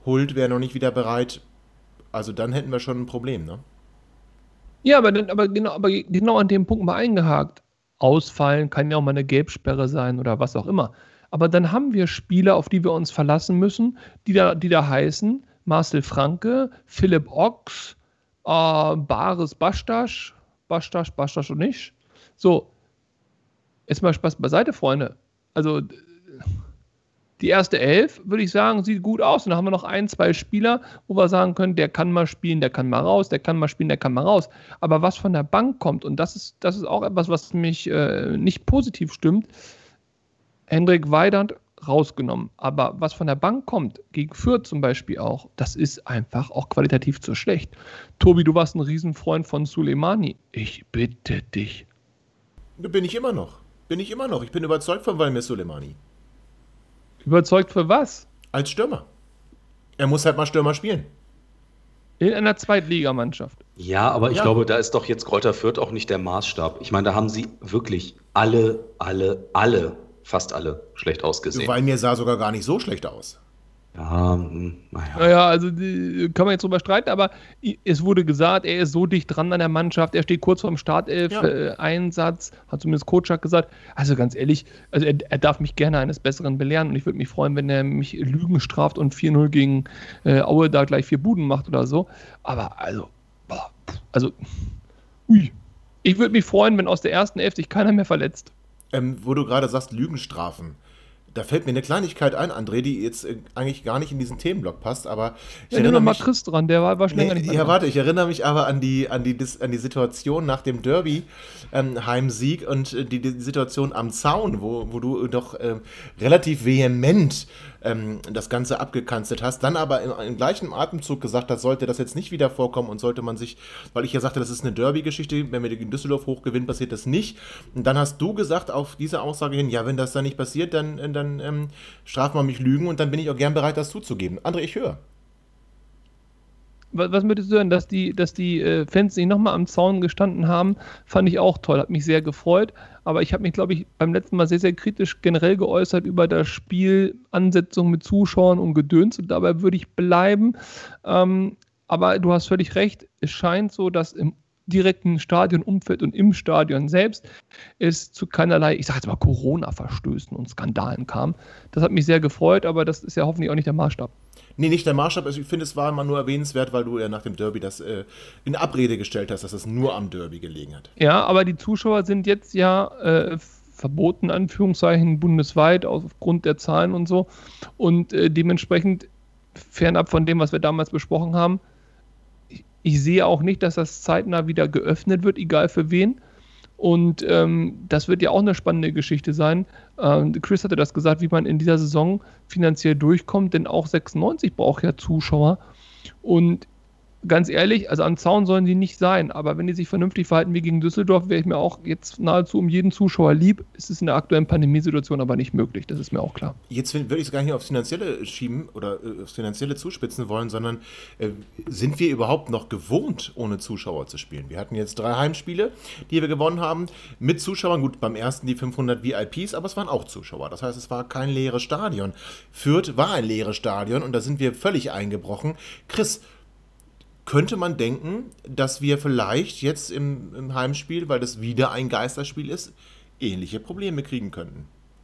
Hult wäre noch nicht wieder bereit. Also dann hätten wir schon ein Problem, ne? Ja, aber genau an dem Punkt mal eingehakt. Ausfallen kann ja auch mal eine Gelbsperre sein oder was auch immer. Aber dann haben wir Spieler, auf die wir uns verlassen müssen, die da heißen Marcel Franke, Philipp Ochs, Baris Bastasch und ich. So, jetzt mal Spaß beiseite, Freunde. Also die erste Elf, würde ich sagen, sieht gut aus. Und dann haben wir noch 1, 2 Spieler, wo wir sagen können, der kann mal spielen, der kann mal raus, der kann mal spielen, der kann mal raus. Aber was von der Bank kommt, und das ist auch etwas, was mich nicht positiv stimmt, Hendrik Weidand rausgenommen. Aber was von der Bank kommt, gegen Fürth zum Beispiel auch, das ist einfach auch qualitativ zu schlecht. Tobi, du warst ein Riesenfreund von Suleimani. Ich bitte dich. Bin ich immer noch. Ich bin überzeugt von Valmir Suleimani. Überzeugt für was? Als Stürmer. Er muss halt mal Stürmer spielen. In einer Zweitligamannschaft. Ja, aber ich glaube, da ist doch jetzt Greuther Fürth auch nicht der Maßstab. Ich meine, da haben sie wirklich fast alle schlecht ausgesehen. Valmir sah sogar gar nicht so schlecht aus. Ja, Naja, also kann man jetzt drüber streiten, aber es wurde gesagt, er ist so dicht dran an der Mannschaft, er steht kurz vorm Startelf-Einsatz, hat zumindest Kotschak gesagt. Also ganz ehrlich, also er darf mich gerne eines Besseren belehren und ich würde mich freuen, wenn er mich Lügen straft und 4-0 gegen Aue da gleich 4 Buden macht oder so. Aber ich würde mich freuen, wenn aus der ersten Elf sich keiner mehr verletzt. Wo du gerade sagst, Lügenstrafen. Da fällt mir eine Kleinigkeit ein, André, die jetzt eigentlich gar nicht in diesen Themenblock passt, aber ich erinnere mich... Chris dran, der war schon länger nicht mehr. Ja, warte, ich erinnere mich aber an die Situation nach dem Derby-Heimsieg und die Situation am Zaun, wo du doch relativ vehement das Ganze abgekanzelt hast, dann aber im gleichen Atemzug gesagt hast, sollte das jetzt nicht wieder vorkommen und sollte man sich, weil ich ja sagte, das ist eine Derby-Geschichte, wenn wir gegen Düsseldorf hochgewinnen, passiert das nicht. Und dann hast du gesagt auf diese Aussage hin, ja, wenn das dann nicht passiert, dann straft man mich Lügen und dann bin ich auch gern bereit, das zuzugeben. André, ich höre. Was möchtest du hören, dass die Fans nicht nochmal am Zaun gestanden haben, fand ich auch toll, hat mich sehr gefreut, aber ich habe mich, glaube ich, beim letzten Mal sehr, sehr kritisch generell geäußert über das Spiel, Ansetzung mit Zuschauern und Gedöns und dabei würde ich bleiben, aber du hast völlig recht, es scheint so, dass im direkten Stadionumfeld und im Stadion selbst es zu keinerlei, ich sage jetzt mal Corona-Verstößen und Skandalen kam. Das hat mich sehr gefreut, aber das ist ja hoffentlich auch nicht der Maßstab. Nee, nicht der Maßstab. Ich finde, es war immer nur erwähnenswert, weil du ja nach dem Derby das in Abrede gestellt hast, dass es nur am Derby gelegen hat. Ja, aber die Zuschauer sind jetzt ja verboten, Anführungszeichen, bundesweit aufgrund der Zahlen und so. Und dementsprechend, fernab von dem, was wir damals besprochen haben, ich sehe auch nicht, dass das zeitnah wieder geöffnet wird, egal für wen. Und das wird ja auch eine spannende Geschichte sein. Chris hatte das gesagt, wie man in dieser Saison finanziell durchkommt, denn auch 96 braucht ja Zuschauer. Und ganz ehrlich, also am Zaun sollen sie nicht sein, aber wenn die sich vernünftig verhalten wie gegen Düsseldorf, wäre ich mir auch jetzt nahezu um jeden Zuschauer lieb. Es ist in der aktuellen Pandemiesituation aber nicht möglich, das ist mir auch klar. Jetzt würde ich es gar nicht aufs Finanzielle schieben oder aufs Finanzielle zuspitzen wollen, sondern sind wir überhaupt noch gewohnt, ohne Zuschauer zu spielen? Wir hatten jetzt 3 Heimspiele, die wir gewonnen haben, mit Zuschauern. Gut, beim ersten die 500 VIPs, aber es waren auch Zuschauer. Das heißt, es war kein leeres Stadion. Fürth war ein leeres Stadion und da sind wir völlig eingebrochen. Chris, könnte man denken, dass wir vielleicht jetzt im Heimspiel, weil das wieder ein Geisterspiel ist, ähnliche Probleme kriegen könnten?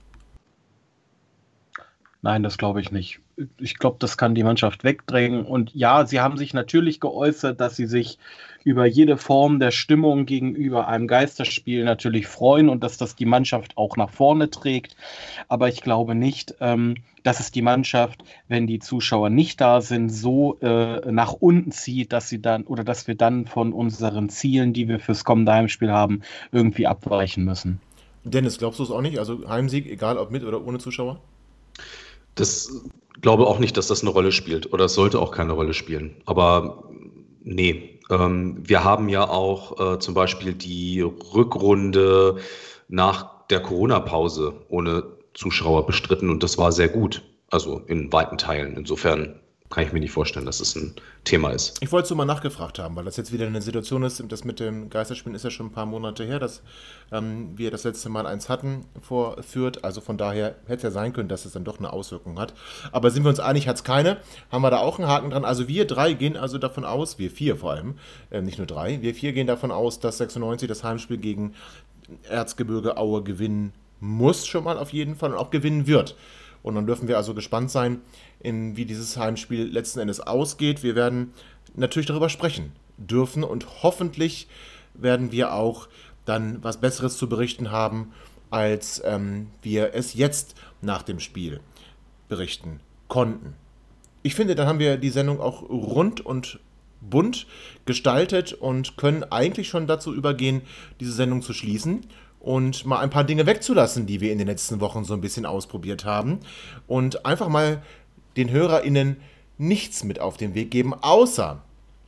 Nein, das glaube ich nicht. Ich glaube, das kann die Mannschaft wegdrängen. Und ja, sie haben sich natürlich geäußert, dass sie sich über jede Form der Stimmung gegenüber einem Geisterspiel natürlich freuen und dass das die Mannschaft auch nach vorne trägt. Aber ich glaube nicht, dass es die Mannschaft, wenn die Zuschauer nicht da sind, so nach unten zieht, dass wir dann von unseren Zielen, die wir fürs kommende Heimspiel haben, irgendwie abweichen müssen. Dennis, glaubst du es auch nicht? Also Heimsieg, egal ob mit oder ohne Zuschauer? Das glaube auch nicht, dass das eine Rolle spielt oder es sollte auch keine Rolle spielen. Aber nee, wir haben ja auch zum Beispiel die Rückrunde nach der Corona-Pause ohne Zuschauer bestritten und das war sehr gut, also in weiten Teilen. Insofern kann ich mir nicht vorstellen, dass es ein Thema ist. Ich wollte so mal nachgefragt haben, weil das jetzt wieder eine Situation ist, das mit dem Geisterspielen ist ja schon ein paar Monate her, dass wir das letzte Mal eins hatten vor Fürth. Also von daher hätte es ja sein können, dass es dann doch eine Auswirkung hat. Aber sind wir uns einig, hat es keine. Haben wir da auch einen Haken dran. Also wir drei gehen also davon aus, wir vier vor allem, nicht nur drei, wir vier gehen davon aus, dass 96 das Heimspiel gegen Erzgebirge Aue gewinnen muss, schon mal auf jeden Fall, und auch gewinnen wird. Und dann dürfen wir also gespannt sein, wie dieses Heimspiel letzten Endes ausgeht. Wir werden natürlich darüber sprechen dürfen und hoffentlich werden wir auch dann was Besseres zu berichten haben, als wir es jetzt nach dem Spiel berichten konnten. Ich finde, dann haben wir die Sendung auch rund und bunt gestaltet und können eigentlich schon dazu übergehen, diese Sendung zu schließen und mal ein paar Dinge wegzulassen, die wir in den letzten Wochen so ein bisschen ausprobiert haben und einfach mal den HörerInnen nichts mit auf den Weg geben, außer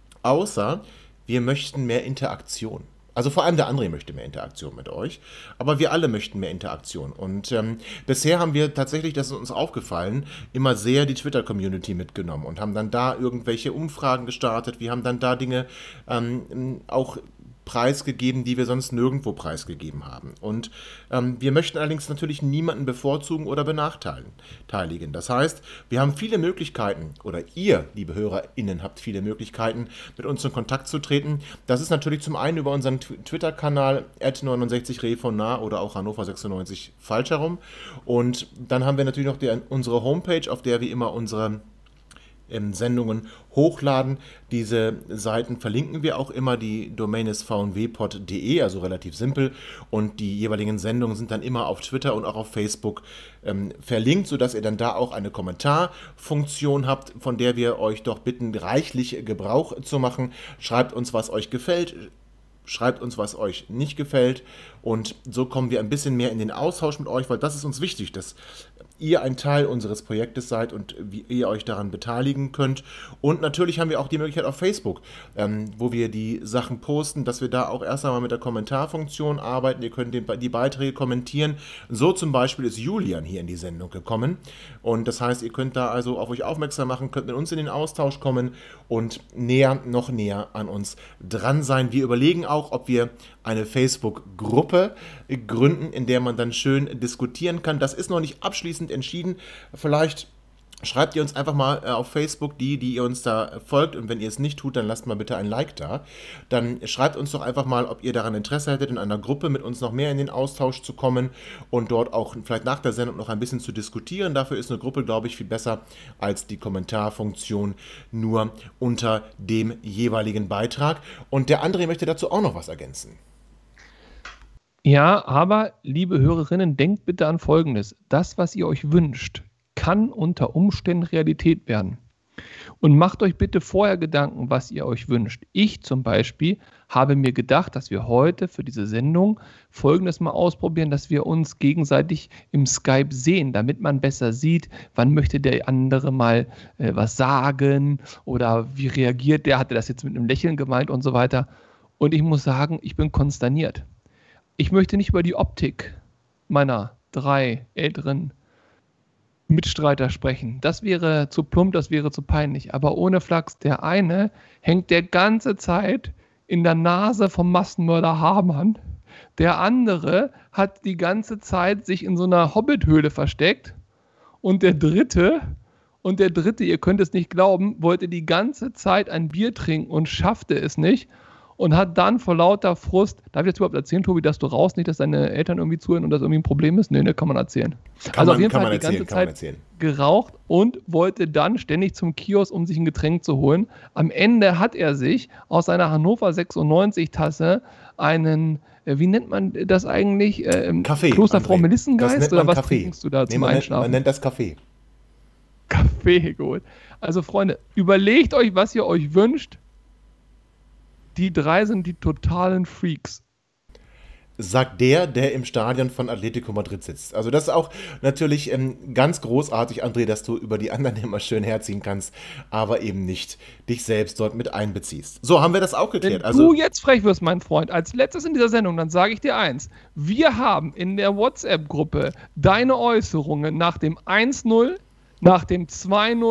wir möchten mehr Interaktion. Also vor allem der André möchte mehr Interaktion mit euch, aber wir alle möchten mehr Interaktion. Und bisher haben wir tatsächlich, das ist uns aufgefallen, immer sehr die Twitter-Community mitgenommen und haben dann da irgendwelche Umfragen gestartet. Wir haben dann da Dinge auch preisgegeben, die wir sonst nirgendwo preisgegeben haben. Und wir möchten allerdings natürlich niemanden bevorzugen oder benachteiligen. Das heißt, wir haben viele Möglichkeiten, oder ihr, liebe HörerInnen, habt viele Möglichkeiten, mit uns in Kontakt zu treten. Das ist natürlich zum einen über unseren Twitter-Kanal @69revonar oder auch Hannover 96 falsch herum. Und dann haben wir natürlich noch unsere Homepage, auf der wir immer unsere Sendungen hochladen. Diese Seiten verlinken wir auch immer. Die Domain ist vnwpod.de, also relativ simpel. Und die jeweiligen Sendungen sind dann immer auf Twitter und auch auf Facebook verlinkt, sodass ihr dann da auch eine Kommentarfunktion habt, von der wir euch doch bitten, reichlich Gebrauch zu machen. Schreibt uns, was euch gefällt. Schreibt uns, was euch nicht gefällt. Und so kommen wir ein bisschen mehr in den Austausch mit euch, weil das ist uns wichtig, dass ihr ein Teil unseres Projektes seid und wie ihr euch daran beteiligen könnt. Und natürlich haben wir auch die Möglichkeit auf Facebook, wo wir die Sachen posten, dass wir da auch erst einmal mit der Kommentarfunktion arbeiten. Ihr könnt die Beiträge kommentieren. So zum Beispiel ist Julian hier in die Sendung gekommen. Und das heißt, ihr könnt da also auf euch aufmerksam machen, könnt mit uns in den Austausch kommen und noch näher an uns dran sein. Wir überlegen auch, ob wir eine Facebook-Gruppe gründen, in der man dann schön diskutieren kann. Das ist noch nicht abschließend entschieden. Vielleicht schreibt ihr uns einfach mal auf Facebook, die ihr uns da folgt, und wenn ihr es nicht tut, dann lasst mal bitte ein Like da. Dann schreibt uns doch einfach mal, ob ihr daran Interesse hättet, in einer Gruppe mit uns noch mehr in den Austausch zu kommen und dort auch vielleicht nach der Sendung noch ein bisschen zu diskutieren. Dafür ist eine Gruppe, glaube ich, viel besser als die Kommentarfunktion nur unter dem jeweiligen Beitrag. Und der André möchte dazu auch noch was ergänzen. Ja, aber liebe Hörerinnen, denkt bitte an Folgendes. Das, was ihr euch wünscht, kann unter Umständen Realität werden. Und macht euch bitte vorher Gedanken, was ihr euch wünscht. Ich zum Beispiel habe mir gedacht, dass wir heute für diese Sendung Folgendes mal ausprobieren, dass wir uns gegenseitig im Skype sehen, damit man besser sieht, wann möchte der andere mal was sagen oder wie reagiert der, hat er das jetzt mit einem Lächeln gemeint und so weiter. Und ich muss sagen, ich bin konsterniert. Ich möchte nicht über die Optik meiner 3 älteren Mitstreiter sprechen. Das wäre zu plump, das wäre zu peinlich. Aber ohne Flachs, der eine hängt der ganze Zeit in der Nase vom Massenmörder Hamann. Der andere hat die ganze Zeit sich in so einer Hobbithöhle versteckt. Und der dritte, ihr könnt es nicht glauben, wollte die ganze Zeit ein Bier trinken und schaffte es nicht. Und hat dann vor lauter Frust, darf ich jetzt überhaupt erzählen, Tobi, dass du raus, nicht, dass deine Eltern irgendwie zuhören und das irgendwie ein Problem ist? Nee, ne, kann man erzählen. Also auf jeden Fall hat die ganze Zeit geraucht und wollte dann ständig zum Kiosk, um sich ein Getränk zu holen. Am Ende hat er sich aus seiner Hannover 96 Tasse einen, wie nennt man das eigentlich? Kaffee. Klosterfrau Melissengeist? Oder was Kaffee. Trinkst du da zum Einschlafen? Man nennt das Kaffee. Kaffee geholt. Also Freunde, überlegt euch, was ihr euch wünscht. Die 3 sind die totalen Freaks. Sagt der im Stadion von Atletico Madrid sitzt. Also das ist auch natürlich ganz großartig, André, dass du über die anderen immer schön herziehen kannst, aber eben nicht dich selbst dort mit einbeziehst. So, haben wir das auch geklärt. Wenn du jetzt frech wirst, mein Freund, als letztes in dieser Sendung, dann sage ich dir eins. Wir haben in der WhatsApp-Gruppe deine Äußerungen nach dem 1-0, nach dem 2-0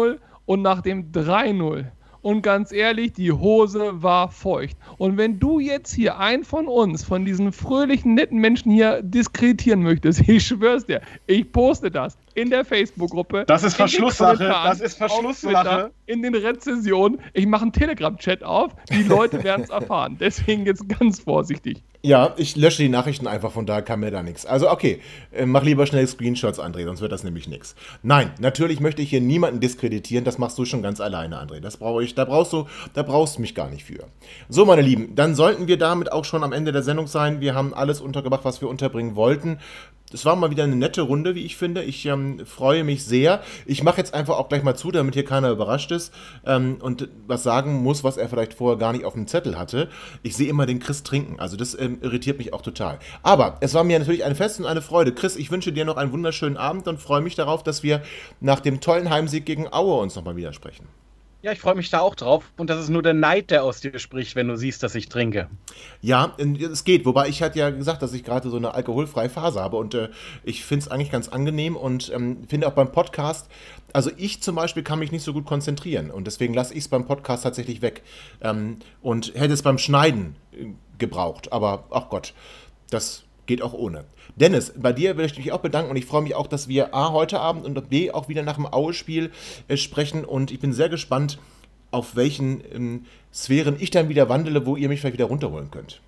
und nach dem 3-0. Und ganz ehrlich, die Hose war feucht. Und wenn du jetzt hier einen von uns, von diesen fröhlichen, netten Menschen hier diskreditieren möchtest, ich schwör's dir, ich poste das in der Facebook-Gruppe. Das ist Verschlusssache. Das ist Verschlusssache. In den Rezensionen. Ich mache einen Telegram-Chat auf. Die Leute werden es erfahren. Deswegen jetzt ganz vorsichtig. Ja, ich lösche die Nachrichten einfach, von daher kann mir da nichts. Also okay, mach lieber schnell Screenshots, André, sonst wird das nämlich nichts. Nein, natürlich möchte ich hier niemanden diskreditieren, das machst du schon ganz alleine, André. Da brauchst du mich gar nicht für. So, meine Lieben, dann sollten wir damit auch schon am Ende der Sendung sein. Wir haben alles untergebracht, was wir unterbringen wollten. Es war mal wieder eine nette Runde, wie ich finde. Ich freue mich sehr. Ich mache jetzt einfach auch gleich mal zu, damit hier keiner überrascht ist und was sagen muss, was er vielleicht vorher gar nicht auf dem Zettel hatte. Ich sehe immer den Chris trinken, also das irritiert mich auch total. Aber es war mir natürlich ein Fest und eine Freude. Chris, ich wünsche dir noch einen wunderschönen Abend und freue mich darauf, dass wir nach dem tollen Heimsieg gegen Aue uns nochmal wieder sprechen. Ja, ich freue mich da auch drauf. Und das ist nur der Neid, der aus dir spricht, wenn du siehst, dass ich trinke. Ja, es geht. Wobei ich hatte ja gesagt, dass ich gerade so eine alkoholfreie Phase habe. Und ich finde es eigentlich ganz angenehm und finde auch beim Podcast, also ich zum Beispiel kann mich nicht so gut konzentrieren. Und deswegen lasse ich es beim Podcast tatsächlich weg. Und hätte es beim Schneiden gebraucht. Aber, ach Gott, das geht auch ohne. Dennis, bei dir will ich mich auch bedanken und ich freue mich auch, dass wir A, heute Abend und B, auch wieder nach dem Aue-Spiel sprechen und ich bin sehr gespannt, auf welchen Sphären ich dann wieder wandele, wo ihr mich vielleicht wieder runterholen könnt.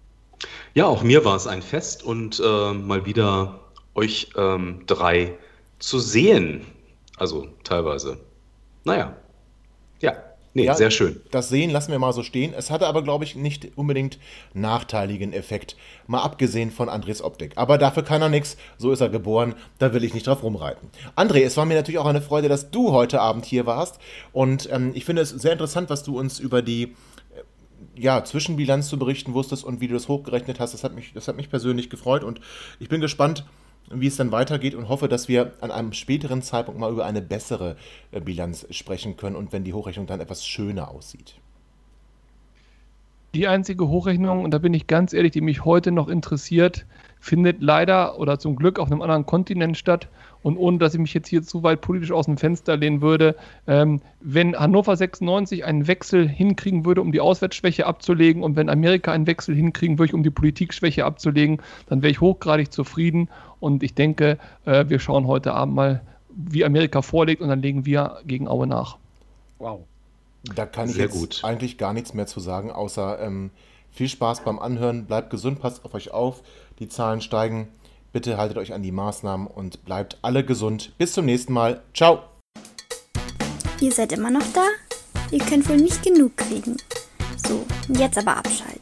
Ja, auch mir war es ein Fest und mal wieder euch drei zu sehen. Also teilweise. Naja, ja. Nee, ja, sehr schön. Das Sehen lassen wir mal so stehen. Es hatte aber, glaube ich, nicht unbedingt nachteiligen Effekt. Mal abgesehen von Andres Optik. Aber dafür kann er nichts. So ist er geboren. Da will ich nicht drauf rumreiten. André, es war mir natürlich auch eine Freude, dass du heute Abend hier warst. Und ich finde es sehr interessant, was du uns über die Zwischenbilanz zu berichten wusstest und wie du das hochgerechnet hast. Das hat mich persönlich gefreut. Und ich bin gespannt, wie es dann weitergeht und hoffe, dass wir an einem späteren Zeitpunkt mal über eine bessere Bilanz sprechen können und wenn die Hochrechnung dann etwas schöner aussieht. Die einzige Hochrechnung, und da bin ich ganz ehrlich, die mich heute noch interessiert, findet leider oder zum Glück auf einem anderen Kontinent statt. Und ohne, dass ich mich jetzt hier zu weit politisch aus dem Fenster lehnen würde, wenn Hannover 96 einen Wechsel hinkriegen würde, um die Auswärtsschwäche abzulegen und wenn Amerika einen Wechsel hinkriegen würde, um die Politikschwäche abzulegen, dann wäre ich hochgradig zufrieden. Und ich denke, wir schauen heute Abend mal, wie Amerika vorlegt und dann legen wir gegen Aue nach. Wow. Da kann ich jetzt eigentlich gar nichts mehr zu sagen, außer viel Spaß beim Anhören, bleibt gesund, passt auf euch auf, die Zahlen steigen. Bitte haltet euch an die Maßnahmen und bleibt alle gesund. Bis zum nächsten Mal. Ciao. Ihr seid immer noch da? Ihr könnt wohl nicht genug kriegen. So, jetzt aber abschalten.